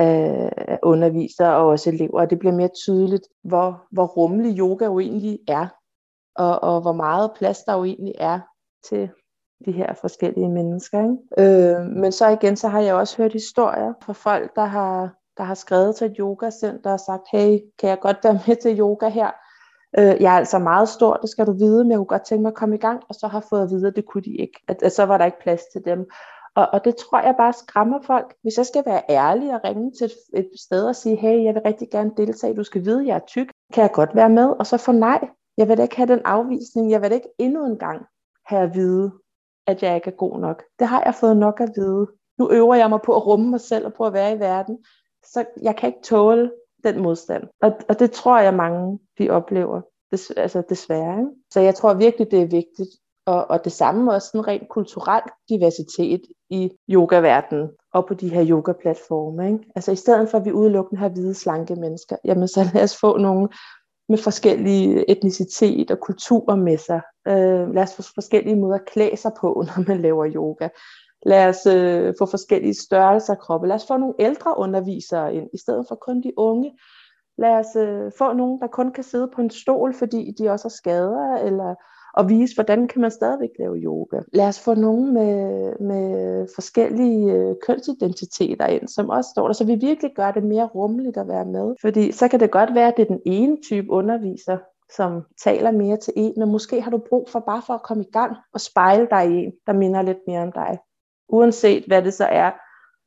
af undervisere og også elever. Og det bliver mere tydeligt, hvor rummelig yoga jo egentlig er, og hvor meget plads der jo egentlig er til de her forskellige mennesker. Ikke? Men så igen, så har jeg også hørt historier fra folk, der har skrevet til et yogacenter og sagt, hey, kan jeg godt være med til yoga her? Jeg er altså meget stor, det skal du vide, men jeg kunne godt tænke mig at komme i gang, og så har fået at vide, at det kunne de ikke. At så var der ikke plads til dem. Og det tror jeg bare skræmmer folk. Hvis jeg skal være ærlig og ringe til et sted og sige, hey, jeg vil rigtig gerne deltage, du skal vide, jeg er tyk, kan jeg godt være med, og så få nej. Jeg vil da ikke have den afvisning, jeg vil da ikke endnu en gang have at vide, at jeg ikke er god nok. Det har jeg fået nok at vide. Nu øver jeg mig på at rumme mig selv og på at være i verden, så jeg kan ikke tåle den modstand. Og det tror jeg mange, de oplever, desværre. Ikke? Så jeg tror virkelig, det er vigtigt. Og det samme også sådan rent kulturel diversitet i yogaverdenen og på de her yogaplatforme. Ikke? Altså i stedet for, at vi udelukkende har hvide, slanke mennesker, jamen så lad os få nogle med forskellige etnicitet og kulturer med sig. Lad os få forskellige måder at klæde sig på, når man laver yoga. Lad os få forskellige størrelser af kroppen. Lad os få nogle ældre undervisere ind, i stedet for kun de unge. Lad os få nogen, der kun kan sidde på en stol, fordi de også har skader, eller og vise, hvordan kan man stadigvæk lave yoga. Lad os få nogen med forskellige kønsidentiteter ind, som også står der, så vi virkelig gør det mere rummeligt at være med. Fordi så kan det godt være, at det er den ene type underviser, som taler mere til en, men måske har du brug for bare for at komme i gang og spejle dig i en, der minder lidt mere om dig. Uanset hvad det så er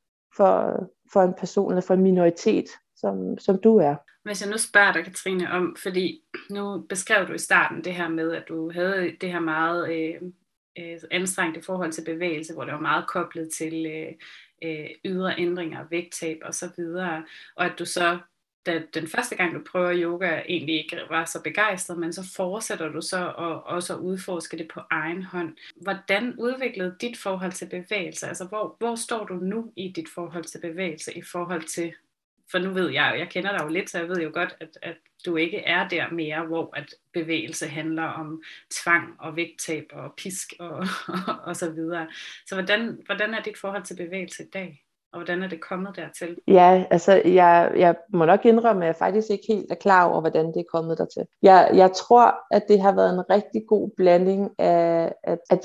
for en person eller for en minoritet, som du er. Hvis jeg nu spørger dig, Katrine, om, fordi nu beskrev du i starten det her med, at du havde det her meget anstrengte forhold til bevægelse, hvor det var meget koblet til ydre ændringer, vægttab og så videre, og at du så, da den første gang du prøver yoga, egentlig ikke var så begejstret, men så fortsætter du så også at udforske det på egen hånd. Hvordan udviklede dit forhold til bevægelse? Altså hvor står du nu i dit forhold til bevægelse i forhold til, for nu ved jeg kender dig jo lidt, så jeg ved jo godt, at du ikke er der mere, hvor at bevægelse handler om tvang og vægttab og pisk og så videre. Så hvordan er dit forhold til bevægelse i dag? Og hvordan er det kommet dertil? Ja, altså jeg må nok indrømme, at jeg faktisk ikke helt er klar over, hvordan det er kommet dertil. Jeg tror, at det har været en rigtig god blanding af, at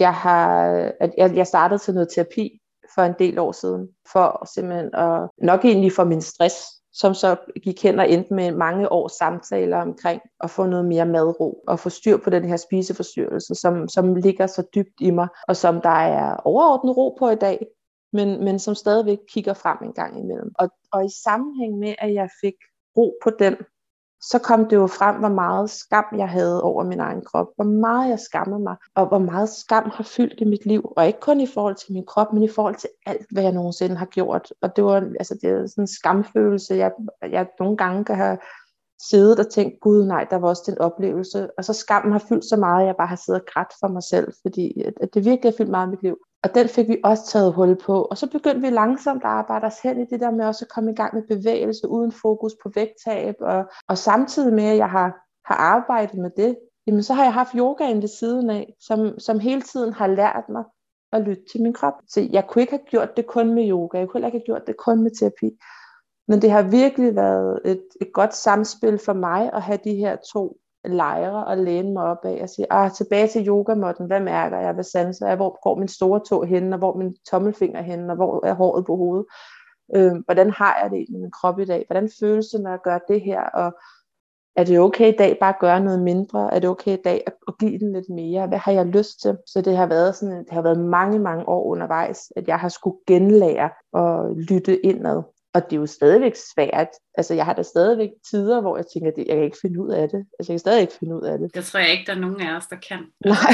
jeg startede til noget terapi for en del år siden, for simpelthen at, nok egentlig for min stress, som så gik hen og endte med mange års samtaler omkring at få noget mere madro, og få styr på den her spiseforstyrrelse, som ligger så dybt i mig, og som der er overordnet ro på i dag, men som stadigvæk kigger frem en gang imellem. Og i sammenhæng med, at jeg fik ro på den, så kom det jo frem, hvor meget skam jeg havde over min egen krop, hvor meget jeg skammede mig, og hvor meget skam har fyldt i mit liv, og ikke kun i forhold til min krop, men i forhold til alt, hvad jeg nogensinde har gjort. Og det var sådan en skamfølelse, jeg nogle gange kan have siddet og tænkt, gud nej, der var også den oplevelse, og så skammen har fyldt så meget, at jeg bare har siddet og grædt for mig selv, fordi at det virkelig har fyldt meget i mit liv. Og den fik vi også taget hul på, og så begyndte vi langsomt at arbejde os hen i det der med også at komme i gang med bevægelse uden fokus på vægttab, og samtidig med, at jeg har arbejdet med det, jamen så har jeg haft yogaen ved siden af, som hele tiden har lært mig at lytte til min krop. Så jeg kunne ikke have gjort det kun med yoga, jeg kunne heller ikke have gjort det kun med terapi. Men det har virkelig været et godt samspil for mig at have de her to lejre og læne mig op af og sige, tilbage til yogamåtten, hvad mærker jeg, hvad sanser jeg, hvor går min store tå henne, og hvor min tommelfinger henne, og hvor er håret på hovedet. Hvordan har jeg det i min krop i dag? Hvordan føles det, når jeg gør det her? Og er det okay i dag bare at gøre noget mindre? Er det okay i dag at give den lidt mere? Hvad har jeg lyst til? Så det har været mange, mange år undervejs, at jeg har skulle genlære og lytte indad. Og det er jo stadigvæk svært. Altså, jeg har da stadigvæk tider, hvor jeg tænker, at jeg kan ikke finde ud af det. Altså, jeg kan stadig ikke finde ud af det. Det tror jeg ikke, der er nogen af os, der kan. Nej.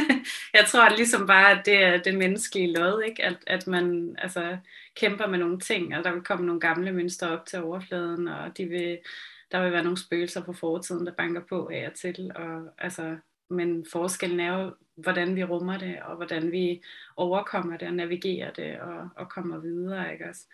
Jeg tror ligesom bare, at det er det menneskelige lod, ikke? At man altså kæmper med nogle ting, og der vil komme nogle gamle mønstre op til overfladen, og der vil være nogle spøgelser på fortiden, der banker på af og til. Og, altså, men forskellen er jo, hvordan vi rummer det, og hvordan vi overkommer det, og navigerer det, og kommer videre, ikke også?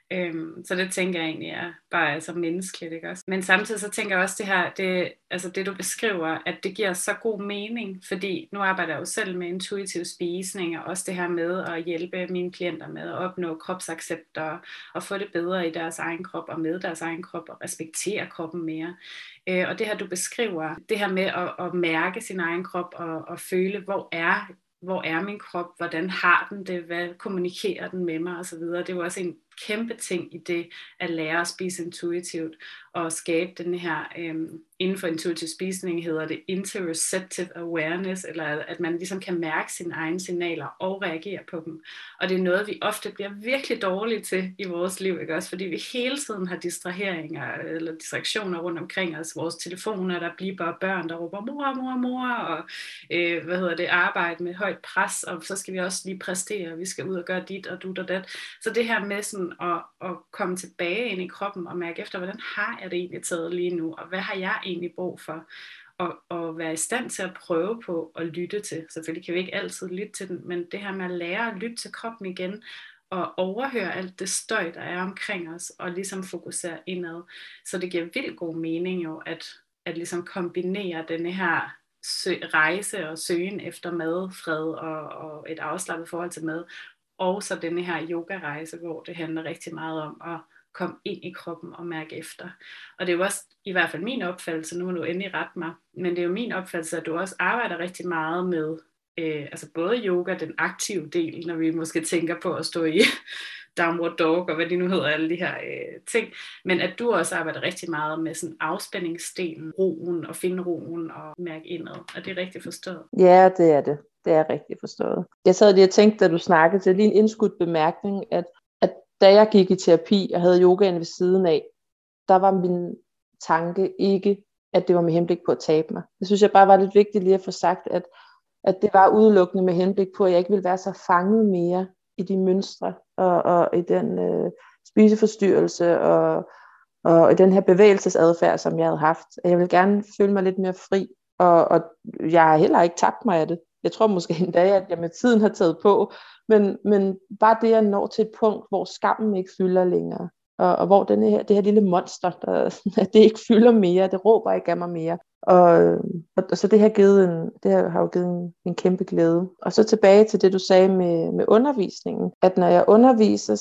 Så det tænker jeg egentlig er bare altså menneskeligt, ikke også? Men samtidig så tænker jeg også det du beskriver, at det giver så god mening, fordi nu arbejder jeg jo selv med intuitiv spisning, og også det her med at hjælpe mine klienter med at opnå kropsaccept og få det bedre i deres egen krop og med deres egen krop og respektere kroppen mere. Og det her du beskriver, det her med at mærke sin egen krop og føle, hvor er min krop, hvordan har den det, hvad kommunikerer den med mig og så videre. Det var også kæmpe ting i det at lære at spise intuitivt og skabe den her, inden for intuitiv spisning hedder det interoceptive awareness, eller at man ligesom kan mærke sine egne signaler og reagere på dem. Og det er noget, vi ofte bliver virkelig dårlige til i vores liv, ikke også? Fordi vi hele tiden har distraheringer eller distraktioner rundt omkring os. Vores telefoner, der bliver børn, der råber mor, mor, mor, og arbejde med højt pres, og så skal vi også lige præstere, og vi skal ud og gøre dit og dut og dat. Så det her med sådan at komme tilbage ind i kroppen og mærke efter, hvordan har jeg det egentlig taget lige nu, og hvad har jeg egentlig brug for, og være i stand til at prøve på at lytte til. Selvfølgelig kan vi ikke altid lytte til den, men det her med at lære at lytte til kroppen igen, og overhøre alt det støj, der er omkring os, og ligesom fokusere indad. Så det giver vildt god mening jo, at ligesom kombinere denne her rejse og søgen efter mad, fred og et afslappet forhold til mad, og så denne her yoga-rejse, hvor det handler rigtig meget om at komme ind i kroppen og mærke efter. Og det er jo også i hvert fald min opfattelse, nu må du endelig rette mig, men det er jo min opfattelse, at du også arbejder rigtig meget med altså både yoga, den aktive del, når vi måske tænker på at stå i downward dog, og hvad de nu hedder, alle de her ting, men at du også arbejder rigtig meget med sådan afspændingsdelen, roen, og finde roen og mærke indad. Er det rigtigt forstået? Ja, det er det. Det er rigtigt forstået. Jeg sad lige og tænkte, da du snakkede til, lige en indskudt bemærkning, at da jeg gik i terapi og havde yogaen ved siden af, der var min tanke ikke, at det var med henblik på at tabe mig. Det synes jeg bare var lidt vigtigt lige at få sagt, at det var udelukkende med henblik på, at jeg ikke ville være så fanget mere i de mønstre og i den spiseforstyrrelse og i den her bevægelsesadfærd, som jeg havde haft. Jeg ville gerne føle mig lidt mere fri, og jeg har heller ikke tabt mig af det. Jeg tror måske endda, at jeg med tiden har taget på, men bare det at nå til et punkt, hvor skammen ikke fylder længere, og hvor det her lille monster, det ikke fylder mere, det råber ikke af mig mere. Og så det har jo givet en kæmpe glæde. Og så tilbage til det, du sagde med undervisningen, at når jeg underviser,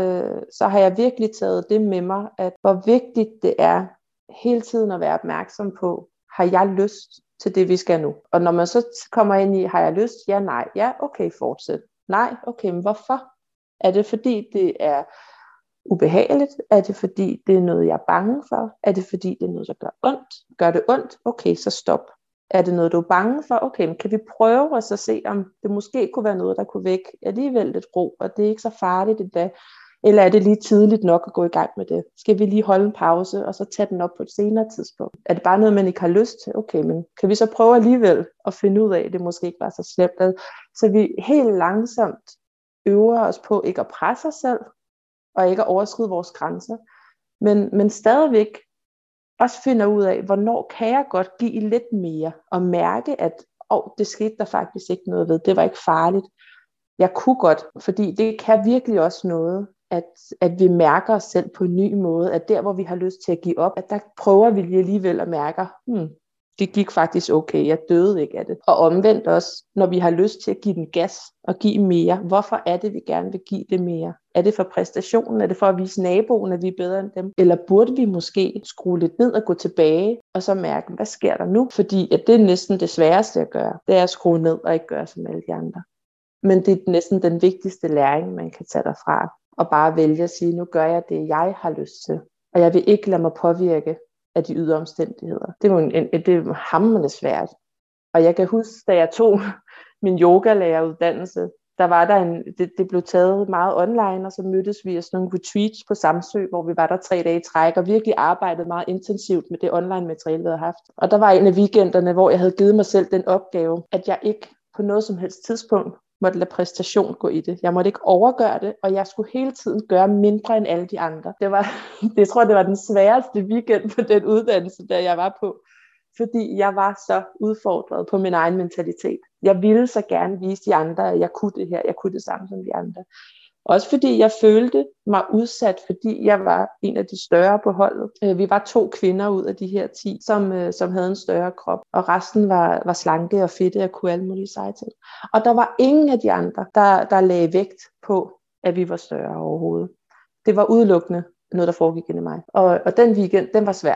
så har jeg virkelig taget det med mig, at hvor vigtigt det er hele tiden at være opmærksom på, har jeg lyst til det, vi skal nu? Og når man så kommer ind i, har jeg lyst? Ja, nej. Ja, okay, fortsæt. Nej, okay, men hvorfor? Er det fordi, det er ubehageligt? Er det fordi, det er noget, jeg er bange for? Er det fordi, det er noget, der gør ondt? Gør det ondt? Okay, så stop. Er det noget, du er bange for? Okay, men kan vi prøve at så se, om det måske kunne være noget, der kunne vække alligevel lidt ro, og det er ikke så farligt endda? Eller er det lige tidligt nok at gå i gang med det? Skal vi lige holde en pause, og så tage den op på et senere tidspunkt? Er det bare noget, man ikke har lyst til? Okay, men kan vi så prøve alligevel at finde ud af, at det måske ikke var så slemt? Så vi helt langsomt øver os på ikke at presse os selv, og ikke at overskride vores grænser, men stadigvæk også finder ud af, hvornår kan jeg godt give lidt mere, og mærke, at det skete der faktisk ikke noget ved, det var ikke farligt. Jeg kunne godt, fordi det kan virkelig også noget, at vi mærker os selv på en ny måde, at der, hvor vi har lyst til at give op, at der prøver vi lige alligevel at mærke, det gik faktisk okay, jeg døde ikke af det. Og omvendt også, når vi har lyst til at give den gas og give mere, hvorfor er det, vi gerne vil give det mere? Er det for præstationen? Er det for at vise naboen, at vi er bedre end dem? Eller burde vi måske skrue lidt ned og gå tilbage, og så mærke, hvad sker der nu? Fordi at det er næsten det sværeste at gøre, det er at skrue ned og ikke gøre som alle de andre. Men det er næsten den vigtigste læring, man kan tage derfra, og bare vælge at sige, nu gør jeg det, jeg har lyst til. Og jeg vil ikke lade mig påvirke af de ydre omstændigheder. Det er hamrende svært. Og jeg kan huske, da jeg tog min yogalæreruddannelse, der var der det blev taget meget online, og så mødtes vi i sådan nogle retreats på Samsø, hvor vi var der 3 dage i træk, og virkelig arbejdede meget intensivt med det online materiale, vi havde haft. Og der var en af weekenderne, hvor jeg havde givet mig selv den opgave, at jeg ikke på noget som helst tidspunkt måtte lade præstation gå i det. Jeg måtte ikke overgøre det, og jeg skulle hele tiden gøre mindre end alle de andre. Jeg tror, det var den sværeste weekend på den uddannelse, der jeg var på, fordi jeg var så udfordret på min egen mentalitet. Jeg ville så gerne vise de andre, at jeg kunne det her, jeg kunne det samme som de andre. Også fordi jeg følte mig udsat, fordi jeg var en af de større på holdet. Vi var 2 kvinder ud af de her 10, som havde en større krop, og resten var slanke og fedte og kunne alle mulige seje ting. Og der var ingen af de andre, der lagde vægt på, at vi var større overhovedet. Det var udelukkende noget, der foregik inde i mig. Og den weekend, den var svær.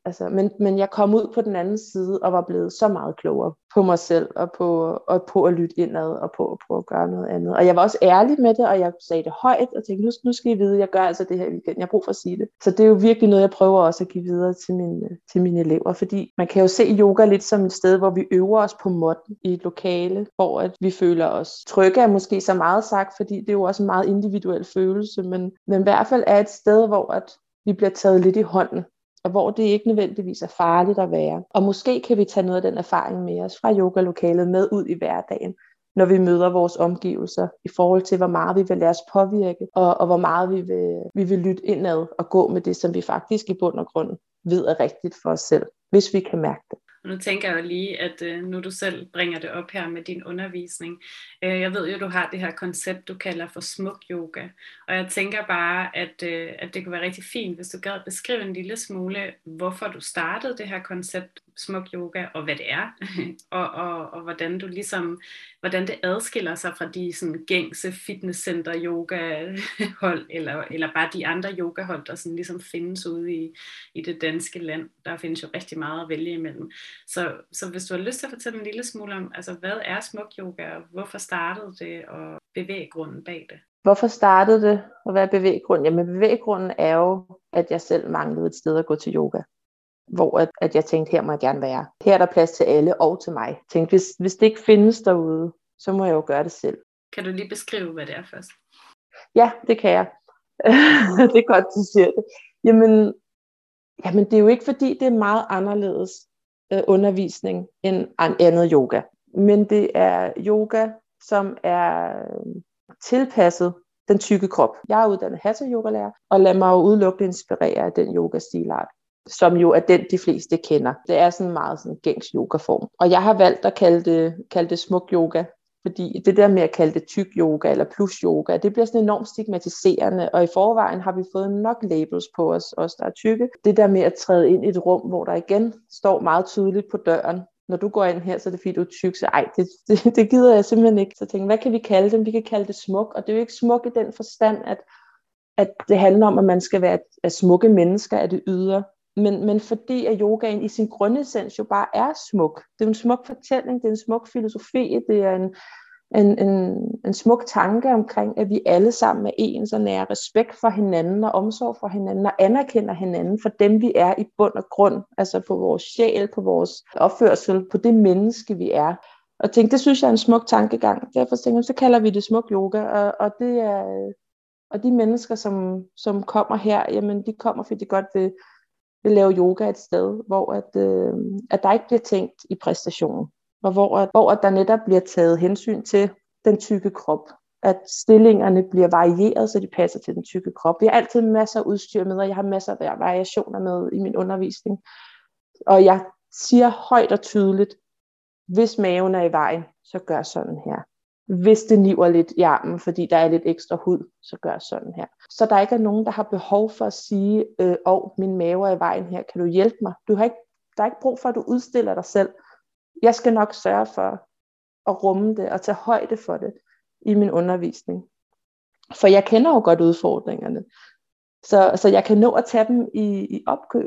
Altså, men jeg kom ud på den anden side og var blevet så meget klogere på mig selv og på at lytte indad og på at prøve at gøre noget andet. Og jeg var også ærlig med det, og jeg sagde det højt og tænkte, nu skal I vide, jeg gør altså det her i weekenden. Jeg har brug for at sige det. Så det er jo virkelig noget, jeg prøver også at give videre til mine elever, fordi man kan jo se yoga lidt som et sted, hvor vi øver os på måtten i et lokale, hvor at vi føler os trygge, er måske så meget sagt, fordi det er jo også en meget individuel følelse, men i hvert fald er et sted, hvor at vi bliver taget lidt i hånden, og hvor det ikke nødvendigvis er farligt at være. Og måske kan vi tage noget af den erfaring med os fra yogalokalet med ud i hverdagen, når vi møder vores omgivelser, i forhold til, hvor meget vi vil lade os påvirke, og hvor meget vi vil lytte indad og gå med det, som vi faktisk i bund og grund ved er rigtigt for os selv, hvis vi kan mærke det. Nu tænker jeg jo lige, at nu du selv bringer det op her med din undervisning. Jeg ved jo, du har det her koncept, du kalder for smuk yoga. Og jeg tænker bare, at det kunne være rigtig fint, hvis du gad beskrive en lille smule, hvorfor du startede det her koncept smuk yoga, og hvad det er, og hvordan du ligesom, hvordan det adskiller sig fra de sådan gængse fitnesscenter yogahold, eller bare de andre yogahold, der sådan ligesom findes ude i det danske land. Der findes jo rigtig meget at vælge imellem. Så hvis du har lyst til at fortælle en lille smule om, altså hvad er smuk yoga, og hvorfor startede det, og bevæggrunden bag det? Hvorfor startede det, og hvad er bevæggrunden? Jamen bevæggrunden er jo, at jeg selv manglede et sted at gå til yoga. Hvor at jeg tænkte, her må jeg gerne være. Her er der plads til alle og til mig. Jeg tænkte, hvis det ikke findes derude, så må jeg jo gøre det selv. Kan du lige beskrive, hvad det er først? Ja, det kan jeg. Det er godt, du siger det. Jamen, det er jo ikke fordi, det er meget anderledes undervisning end andet yoga. Men det er yoga, som er tilpasset den tykke krop. Jeg er uddannet hatha-yogalærer, og lader mig jo udelukkende inspirere af den yoga-stilart, som jo er den, de fleste kender. Det er sådan en meget sådan gængs yogaform. Og jeg har valgt at kalde det smuk yoga, fordi det der med at kalde det tyk yoga eller plus yoga, det bliver sådan enormt stigmatiserende, og i forvejen har vi fået nok labels på os der er tykke. Det der med at træde ind i et rum, hvor der igen står meget tydeligt på døren, når du går ind her, så er det fordi, du er tyk, så det gider jeg simpelthen ikke. Så jeg tænkte, hvad kan vi kalde dem? Vi kan kalde det smuk, og det er jo ikke smuk i den forstand, at det handler om, at man skal være at smukke mennesker af det ydre, men fordi at yogaen i sin grundessens jo bare er smuk. Det er en smuk fortælling, det er en smuk filosofi, det er en smuk tanke omkring, at vi alle sammen er ens og nærer respekt for hinanden og omsorg for hinanden og anerkender hinanden for dem, vi er i bund og grund, altså på vores sjæl, på vores opførsel, på det menneske, vi er. Og tænkte, det synes jeg er en smuk tankegang. Derfor tænkte jeg, så kalder vi det smuk yoga, og det er, og de mennesker, som kommer her, jamen de kommer, fordi de godt vil lave yoga et sted, hvor at der ikke bliver tænkt i præstationen, og hvor der netop bliver taget hensyn til den tykke krop, at stillingerne bliver varieret, så de passer til den tykke krop. Vi har altid masser af udstyr med, og jeg har masser af variationer med i min undervisning, og jeg siger højt og tydeligt, hvis maven er i vejen, så gør sådan her. Hvis det niver lidt i armen, fordi der er lidt ekstra hud, så gør sådan her. Så der ikke er nogen, der har behov for at sige, min mave er i vejen her, kan du hjælpe mig? Der er ikke brug for, at du udstiller dig selv. Jeg skal nok sørge for at rumme det og tage højde for det i min undervisning. For jeg kender jo godt udfordringerne. Så jeg kan nå at tage dem i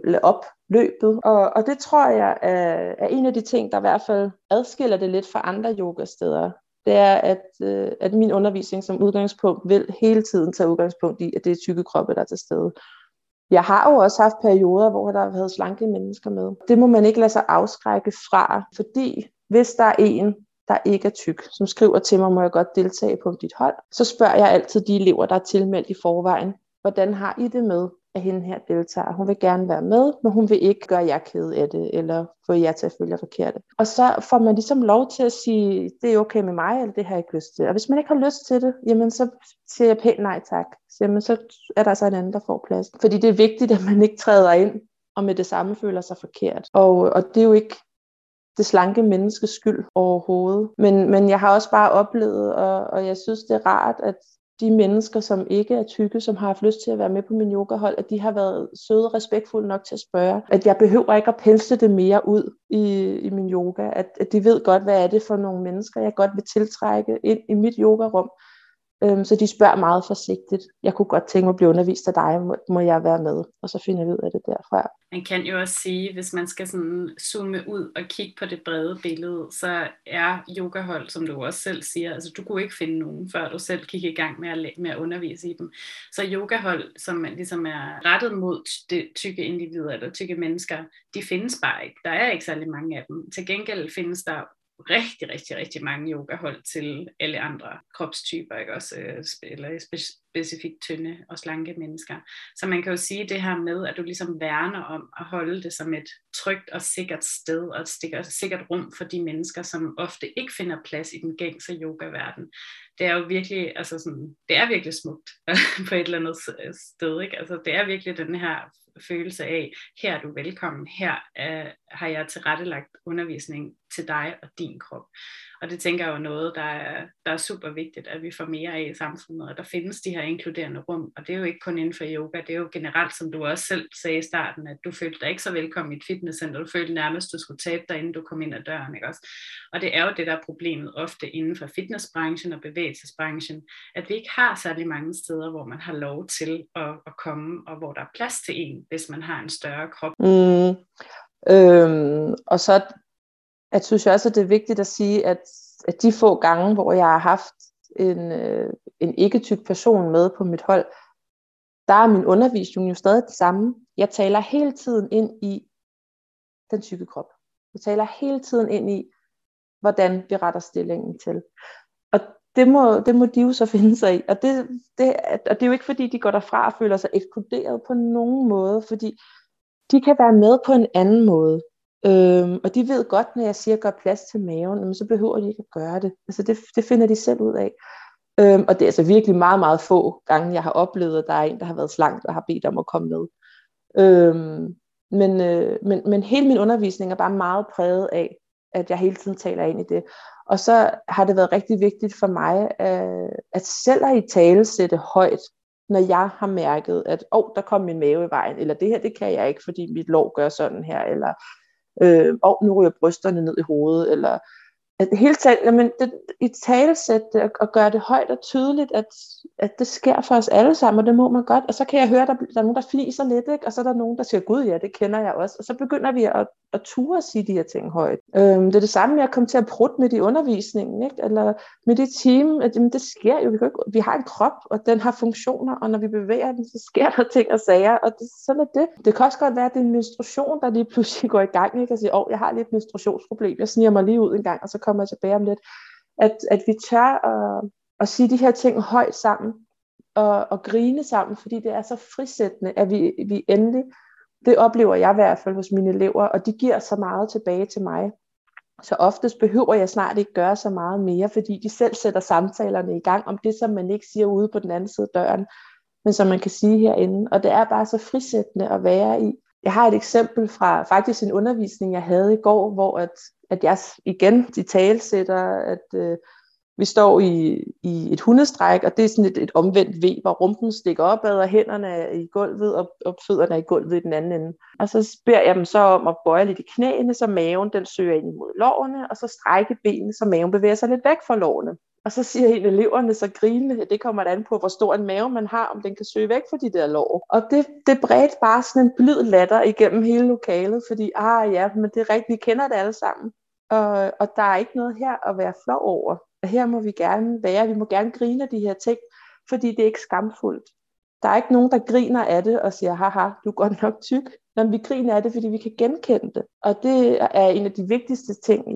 opløbet. Og det tror jeg er en af de ting, der i hvert fald adskiller det lidt fra andre yogasteder. Det er, at min undervisning som udgangspunkt vil hele tiden tage udgangspunkt i, at det er tykke kroppe, der er til stede. Jeg har jo også haft perioder, hvor der har været slanke mennesker med. Det må man ikke lade sig afskrække fra, fordi hvis der er en, der ikke er tyk, som skriver til mig, må jeg godt deltage på dit hold, så spørger jeg altid de elever, der er tilmeldt i forvejen, hvordan har I det med, at hende her deltager? Hun vil gerne være med, men hun vil ikke gøre jer ked af det, eller få jer til at følge forkert. Og så får man ligesom lov til at sige, det er okay med mig, eller det har jeg ikke lyst til. Og hvis man ikke har lyst til det, jamen så siger jeg pænt nej tak. Så er der så en anden, der får plads. Fordi det er vigtigt, at man ikke træder ind, og med det samme føler sig forkert. Og det er jo ikke det slanke menneskes skyld overhovedet. Men jeg har også bare oplevet, og jeg synes, det er rart, at de mennesker, som ikke er tykke, som har haft lyst til at være med på min yogahold, at de har været søde og respektfulde nok til at spørge. At jeg behøver ikke at pelse det mere ud i min yoga. At de ved godt, hvad er det for nogle mennesker, jeg godt vil tiltrække ind i mit yogarum. Så de spørger meget forsigtigt. Jeg kunne godt tænke mig at blive undervist af dig, må jeg være med? Og så finder vi ud af det derfra. Man kan jo også sige, hvis man skal sådan zoome ud og kigge på det brede billede, så er yogahold, som du også selv siger, altså du kunne ikke finde nogen, før du selv gik i gang med at undervise i dem. Så yogahold, som ligesom er rettet mod tykke individer eller tykke mennesker, de findes bare ikke. Der er ikke særlig mange af dem. Til gengæld findes der rigtig mange yogahold til alle andre kropstyper, ikke også, eller specifikt tynde og slanke mennesker. Så man kan jo sige det her med, at du ligesom værner om at holde det som et trygt og sikkert sted, og et sikkert rum for de mennesker, som ofte ikke finder plads i den gængse yogaverden. Det er jo virkelig, altså sådan, det er virkelig smukt på et eller andet sted, ikke? Altså det er virkelig den her følelse af, her er du velkommen, her har jeg tilrettelagt undervisning til dig og din krop. Og det tænker jeg jo noget, der er super vigtigt, at vi får mere af i samfundet, og der findes de her inkluderende rum, og det er jo ikke kun inden for yoga, det er jo generelt, som du også selv sagde i starten, at du følte dig ikke så velkommen i et fitnesscenter, du følte nærmest, du skulle tabe dig, inden du kom ind ad døren, ikke også? Og det er jo det, der er problemet ofte inden for fitnessbranchen og bevægelsesbranchen, at vi ikke har særlig mange steder, hvor man har lov til at komme, og hvor der er plads til en, hvis man har en større krop. Og så jeg synes også, at det er vigtigt at sige, at de få gange, hvor jeg har haft en ikke-tyk person med på mit hold, der er min undervisning jo stadig det samme. Jeg taler hele tiden ind i den tykke krop. Jeg taler hele tiden ind i, hvordan vi retter stillingen til. Og det må de jo så finde sig i. Og det er jo ikke fordi, de går derfra og føler sig ekskluderet på nogen måde, fordi de kan være med på en anden måde. Og de ved godt, når jeg siger, gør plads til maven, så behøver de ikke at gøre det. Altså det finder de selv ud af. Og det er altså virkelig meget, meget få gange, jeg har oplevet, at der er en, der har været slank, og har bedt om at komme med. Men hele min undervisning er bare meget præget af, at jeg hele tiden taler ind i det. Og så har det været rigtig vigtigt for mig, at selv at italesætte højt, når jeg har mærket, at der kom min mave i vejen, eller det her, det kan jeg ikke, fordi mit lår gør sådan her, eller nu ryger brysterne ned i hovedet, eller at hele tiden, i talesætte og gøre det højt og tydeligt, at det sker for os alle sammen, og det må man godt, og så kan jeg høre, at der er nogen, der fliser lidt, ikke? Og så er der nogen, der siger, gud ja, det kender jeg også, og så begynder vi at ture at sige de her ting højt. Det er det samme med at komme til at prutte midt i undervisningen, ikke? Eller midt i team, at det sker jo, vi har en krop, og den har funktioner, og når vi bevæger den, så sker der ting og sager, og sådan er det. Det kan også godt være, at det er en menstruation, der lige pludselig går i gang, ikke? Og siger, jeg har lidt et menstruationsproblem, jeg sniger mig lige ud en gang, og så kommer jeg tilbage om lidt. At vi tør at sige de her ting højt sammen, og grine sammen, fordi det er så frisættende, at vi endelig, det oplever jeg i hvert fald hos mine elever, og de giver så meget tilbage til mig. Så oftest behøver jeg snart ikke gøre så meget mere, fordi de selv sætter samtalerne i gang om det, som man ikke siger ude på den anden side af døren, men som man kan sige herinde. Og det er bare så frisættende at være i. Jeg har et eksempel fra faktisk en undervisning, jeg havde i går, hvor at jeg igen italesætter, at vi står i et hundestræk, og det er sådan et omvendt V, hvor rumpen stikker opad, og hænderne er i gulvet, og fødderne er i gulvet i den anden ende. Og så beder jeg dem så om at bøje lidt i knæene, så maven den søger ind imod lårene, og så strække benene, så maven bevæger sig lidt væk fra lårene. Og så siger en af eleverne så grinende, at det kommer an på, hvor stor en mave man har, om den kan søge væk fra de der lår. Og det bredte bare sådan en blid latter igennem hele lokalet, fordi men det er rigtigt, vi kender det alle sammen. Og der er ikke noget her at være flov over. Her må vi gerne være, vi må gerne grine af de her ting, fordi det er ikke skamfuldt. Der er ikke nogen, der griner af det og siger, haha, du er godt nok tyk. Men vi griner af det, fordi vi kan genkende det. Og det er en af de vigtigste ting,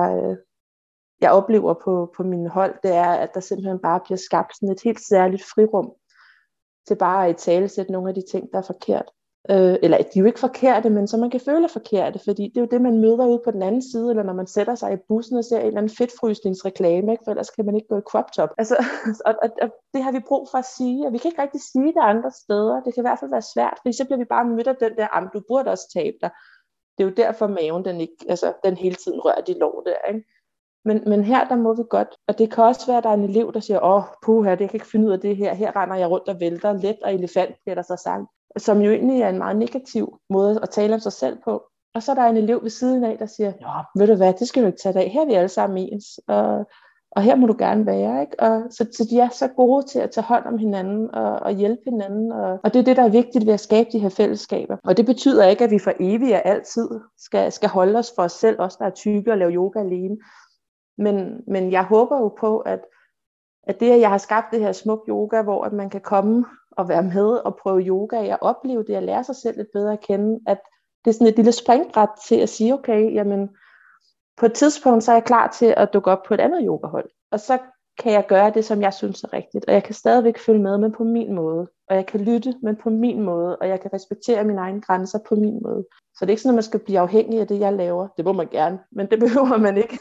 jeg oplever på mine hold, det er, at der simpelthen bare bliver skabt sådan et helt særligt frirum til bare at italesætte nogle af de ting, der er forkert. Eller de er jo ikke forkerte, men så man kan føle forkerte, fordi det er jo det, man møder ude på den anden side, eller når man sætter sig i bussen og ser en eller anden fedtfrysningsreklame, ikke? For ellers kan man ikke gå i crop top. Altså, og det har vi brug for at sige, og vi kan ikke rigtig sige det andre steder. Det kan i hvert fald være svært, fordi så bliver vi bare mødt af den der, du burde også tabe dig. Det er jo derfor maven, den hele tiden rører de lår der, ikke? Men her, der må vi godt, og det kan også være, at der er en elev, der siger, puha, det kan ikke finde ud af det her, her render jeg rundt og vælter let, og elefant bliver der så sagt, som jo egentlig er en meget negativ måde at tale om sig selv på. Og så er der en elev ved siden af, der siger, ved du hvad, det skal du ikke tage af, her er vi alle sammen ens, og her må du gerne være, ikke? Og så de er så gode til at tage hånd om hinanden og hjælpe hinanden, og det er det, der er vigtigt ved at skabe de her fællesskaber. Og det betyder ikke, at vi for evigt og altid skal holde os for os selv, os der er tykke og lave yoga alene. Men jeg håber jo på, at det, at jeg har skabt det her smuk yoga, hvor at man kan komme og være med og prøve yoga, og opleve det, og lære sig selv lidt bedre at kende, at det er sådan et lille springbræt til at sige, okay, jamen, på et tidspunkt, så er jeg klar til at dukke op på et andet yogahold. Og så kan jeg gøre det, som jeg synes er rigtigt. Og jeg kan stadigvæk følge med, men på min måde. Og jeg kan lytte, men på min måde. Og jeg kan respektere mine egne grænser på min måde. Så det er ikke sådan, at man skal blive afhængig af det, jeg laver. Det må man gerne, men det behøver man ikke.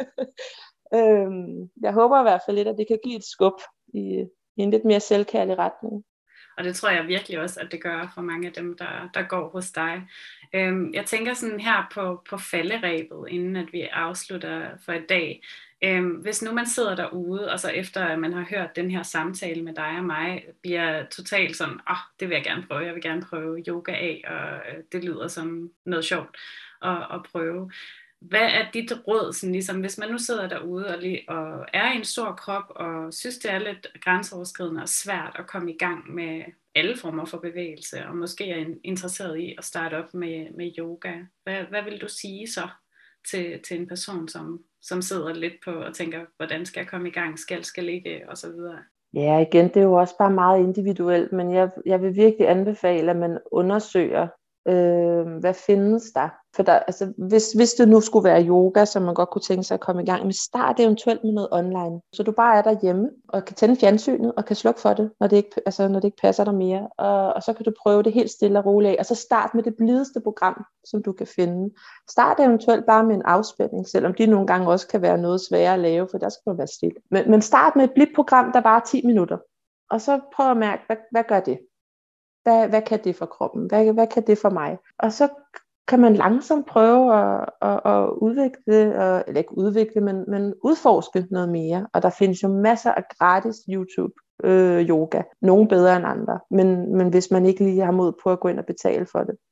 Jeg håber i hvert fald lidt, at det kan give et skub i en lidt mere selvkærlig retning. Og det tror jeg virkelig også, at det gør for mange af dem, der går hos dig. Jeg tænker sådan her på falderebet, inden at vi afslutter for i dag. Hvis nu man sidder derude, og så efter at man har hørt den her samtale med dig og mig, bliver totalt sådan, det vil jeg gerne prøve, jeg vil gerne prøve yoga af, og det lyder som noget sjovt at prøve. Hvad er dit råd, sådan ligesom, hvis man nu sidder derude og er i en stor krop, og synes, det er lidt grænseoverskridende og svært at komme i gang med alle former for bevægelse, og måske er interesseret i at starte op med yoga. Hvad vil du sige så til en person, som sidder lidt på og tænker, hvordan skal jeg komme i gang, skal ikke, og så videre? Ja, igen, det er jo også bare meget individuelt, men jeg vil virkelig anbefale, at man undersøger, hvad findes der? For der, altså, hvis det nu skulle være yoga, som man godt kunne tænke sig at komme i gang med, start eventuelt med noget online. Så du bare er derhjemme og kan tænde fjernsynet og kan slukke for det, når det ikke passer dig mere. Og så kan du prøve det helt stille og roligt af. Og så start med det blideste program, som du kan finde. Start eventuelt bare med en afspænding, selvom de nogle gange også kan være noget svære at lave, for der skal man være stille. Men start med et blidt program, der varer 10 minutter. Og så prøv at mærke, hvad gør det? Hvad kan det for kroppen? Hvad kan det for mig? Og så kan man langsomt prøve at udvikle, eller ikke udvikle, men udforske noget mere. Og der findes jo masser af gratis YouTube yoga. Nogle bedre end andre. Men hvis man ikke lige har mod på at gå ind og betale for det.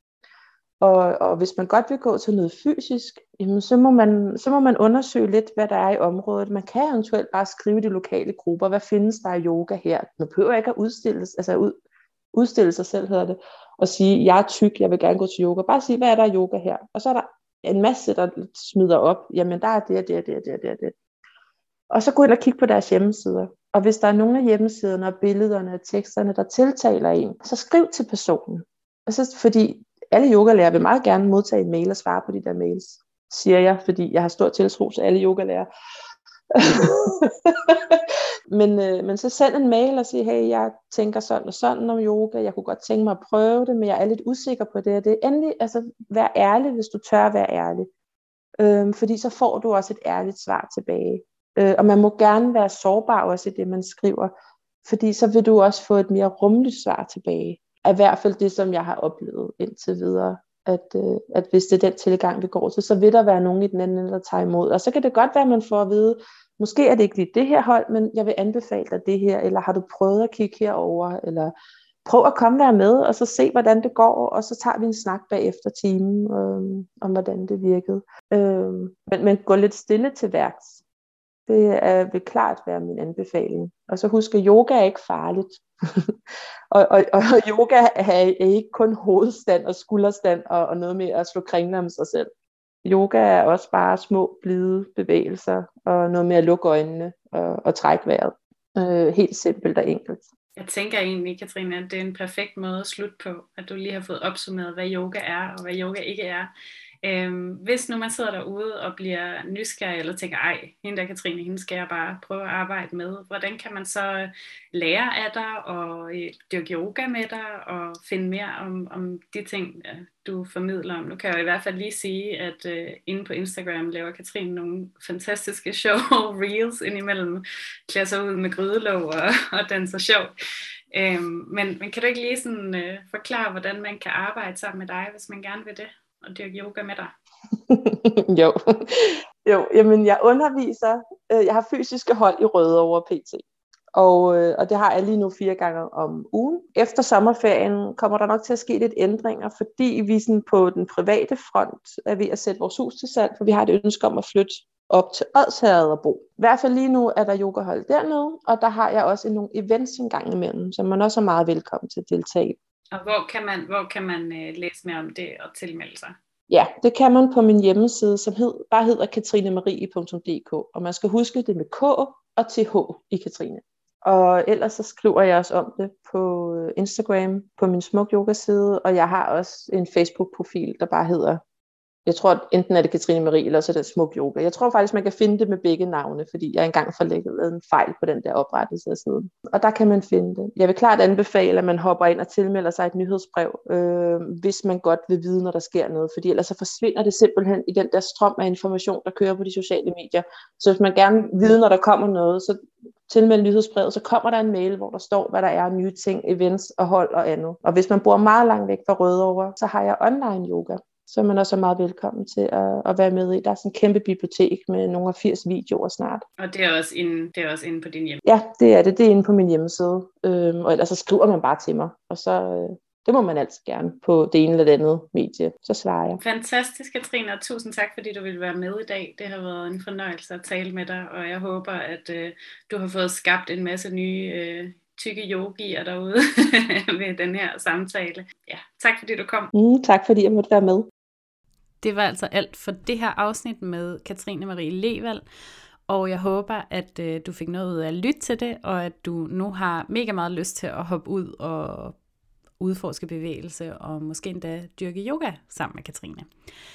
Og hvis man godt vil gå til noget fysisk, jamen så må man undersøge lidt, hvad der er i området. Man kan eventuelt bare skrive i de lokale grupper, hvad findes der i yoga her? Man behøver ikke at udstille sig selv, hedder det, og sige, jeg er tyk, jeg vil gerne gå til yoga. Bare sige, hvad er der i yoga her? Og så er der en masse, der smider op. Jamen, der er det. Og så gå ind og kigge på deres hjemmesider. Og hvis der er nogle af hjemmesiderne og billederne og teksterne, der tiltaler en, så skriv til personen. Og så, fordi alle yogalærer vil meget gerne modtage en mail og svare på de der mails, siger jeg, fordi jeg har stor tiltro til alle yogalærer. men så send en mail og sig, hey, jeg tænker sådan og sådan om yoga, jeg kunne godt tænke mig at prøve det, men jeg er lidt usikker på det. Det er endelig, altså, vær ærlig, hvis du tør at være ærlig. Fordi så får du også et ærligt svar tilbage. Og man må gerne være sårbar også i det, man skriver, fordi så vil du også få et mere rummeligt svar tilbage. I hvert fald det, som jeg har oplevet indtil videre. At hvis det er den tilgang, vi går til, så vil der være nogen i den anden, der tager imod. Og så kan det godt være, at man får at vide, måske er det ikke lige det her hold, men jeg vil anbefale dig det her, eller har du prøvet at kigge herover, eller prøv at komme være med, og så se, hvordan det går, og så tager vi en snak bagefter timen, om hvordan det virkede. Men gå lidt stille til værks. Det vil klart være min anbefaling. Og så husk, at yoga er ikke farligt. og yoga er ikke kun hovedstand og skulderstand og noget med at slå kringler om sig selv. Yoga er også bare små, blide bevægelser og noget med at lukke øjnene og trække vejret. Helt simpelt og enkelt. Jeg tænker egentlig, Katrine, at det er en perfekt måde at slutte på, at du lige har fået opsummeret, hvad yoga er og hvad yoga ikke er. Hvis nu man sidder derude og bliver nysgerrig eller tænker, hende der Katrine, hende skal jeg bare prøve at arbejde med. Hvordan kan man så lære af dig og dyrke yoga med dig og finde mere om de ting, du formidler om? Nu kan jeg jo i hvert fald lige sige, at inde på Instagram laver Katrine nogle fantastiske show reels indimellem, klæder sig ud med grydelåg og danser sjov. Men kan du ikke lige sådan, forklare, hvordan man kan arbejde sammen med dig, hvis man gerne vil det? Og dyrke yoga med dig? Jo, jamen jeg underviser. Jeg har fysiske hold i Rødovre PT. Og det har jeg lige nu 4 gange om ugen. Efter sommerferien kommer der nok til at ske lidt ændringer, fordi vi sådan på den private front er ved at sætte vores hus til salg, for vi har et ønske om at flytte op til Odsherred og bo. I hvert fald lige nu er der yogahold dernede, og der har jeg også nogle events en gang imellem, som man også er meget velkommen til at deltage i. Og hvor kan man læse mere om det og tilmelde sig? Ja, det kan man på min hjemmeside, som bare hedder katrineMarie.dk, og man skal huske det med K og TH i Katrine. Og ellers så skriver jeg også om det på Instagram, på min Smuk Yoga side, og jeg har også en Facebook-profil, der bare hedder, jeg tror enten er det Katrine Marie, eller så er det Smuk Yoga. Jeg tror faktisk, man kan finde det med begge navne, fordi jeg engang lavet en fejl på den der oprettelse af siden. Og der kan man finde det. Jeg vil klart anbefale, at man hopper ind og tilmelder sig et nyhedsbrev, hvis man godt vil vide, når der sker noget, fordi ellers så forsvinder det simpelthen i den der strøm af information, der kører på de sociale medier. Så hvis man gerne vil vide, når der kommer noget, så tilmeld nyhedsbrevet, så kommer der en mail, hvor der står, hvad der er nye ting, events og hold og andet. Og hvis man bor meget langt væk fra Rødovre, så har jeg online yoga, så man også er meget velkommen til at være med i. Der er sådan en kæmpe bibliotek med nogle af 80 videoer snart. Og det er også inde på din hjemmeside? Ja, det er det. Det er inde på min hjemmeside. Og ellers så skriver man bare til mig, og så det må man altid gerne på det ene eller det andet medie. Så svarer jeg. Fantastisk, Katrine, og tusind tak, fordi du ville være med i dag. Det har været en fornøjelse at tale med dig, og jeg håber, at du har fået skabt en masse nye tykke yogier derude ved den her samtale. Ja, tak fordi du kom. Tak fordi jeg måtte være med. Det var altså alt for det her afsnit med Katrine Marie Levald, og jeg håber, at du fik noget ud af at lytte til det, og at du nu har mega meget lyst til at hoppe ud og udforske bevægelse, og måske endda dyrke yoga sammen med Katrine.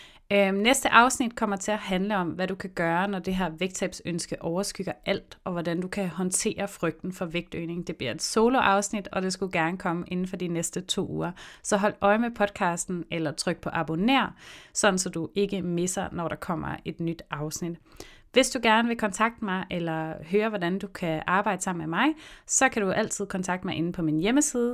Næste afsnit kommer til at handle om, hvad du kan gøre, når det her vægttabsønske overskygger alt, og hvordan du kan håndtere frygten for vægtøgning. Det bliver et solo-afsnit, og det skulle gerne komme inden for de næste 2 uger. Så hold øje med podcasten, eller tryk på abonner, sådan så du ikke misser, når der kommer et nyt afsnit. Hvis du gerne vil kontakte mig, eller høre, hvordan du kan arbejde sammen med mig, så kan du altid kontakte mig inde på min hjemmeside,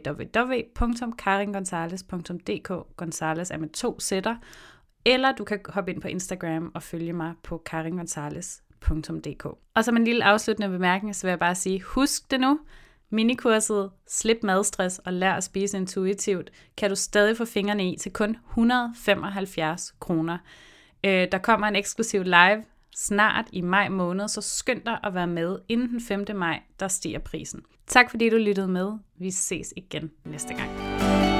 www.karingonzales.dk. Gonzales er med 2 sætter. Eller du kan hoppe ind på Instagram og følge mig på karingonzales.dk. Og som en lille afsluttende bemærkning, så vil jeg bare sige, husk det nu. Minikurset Slip madstress og lær at spise intuitivt kan du stadig få fingrene i til kun 175 kroner. Der kommer en eksklusiv live snart i maj måned, så skynd dig at være med inden den 5. maj, der stiger prisen. Tak fordi du lyttede med. Vi ses igen næste gang.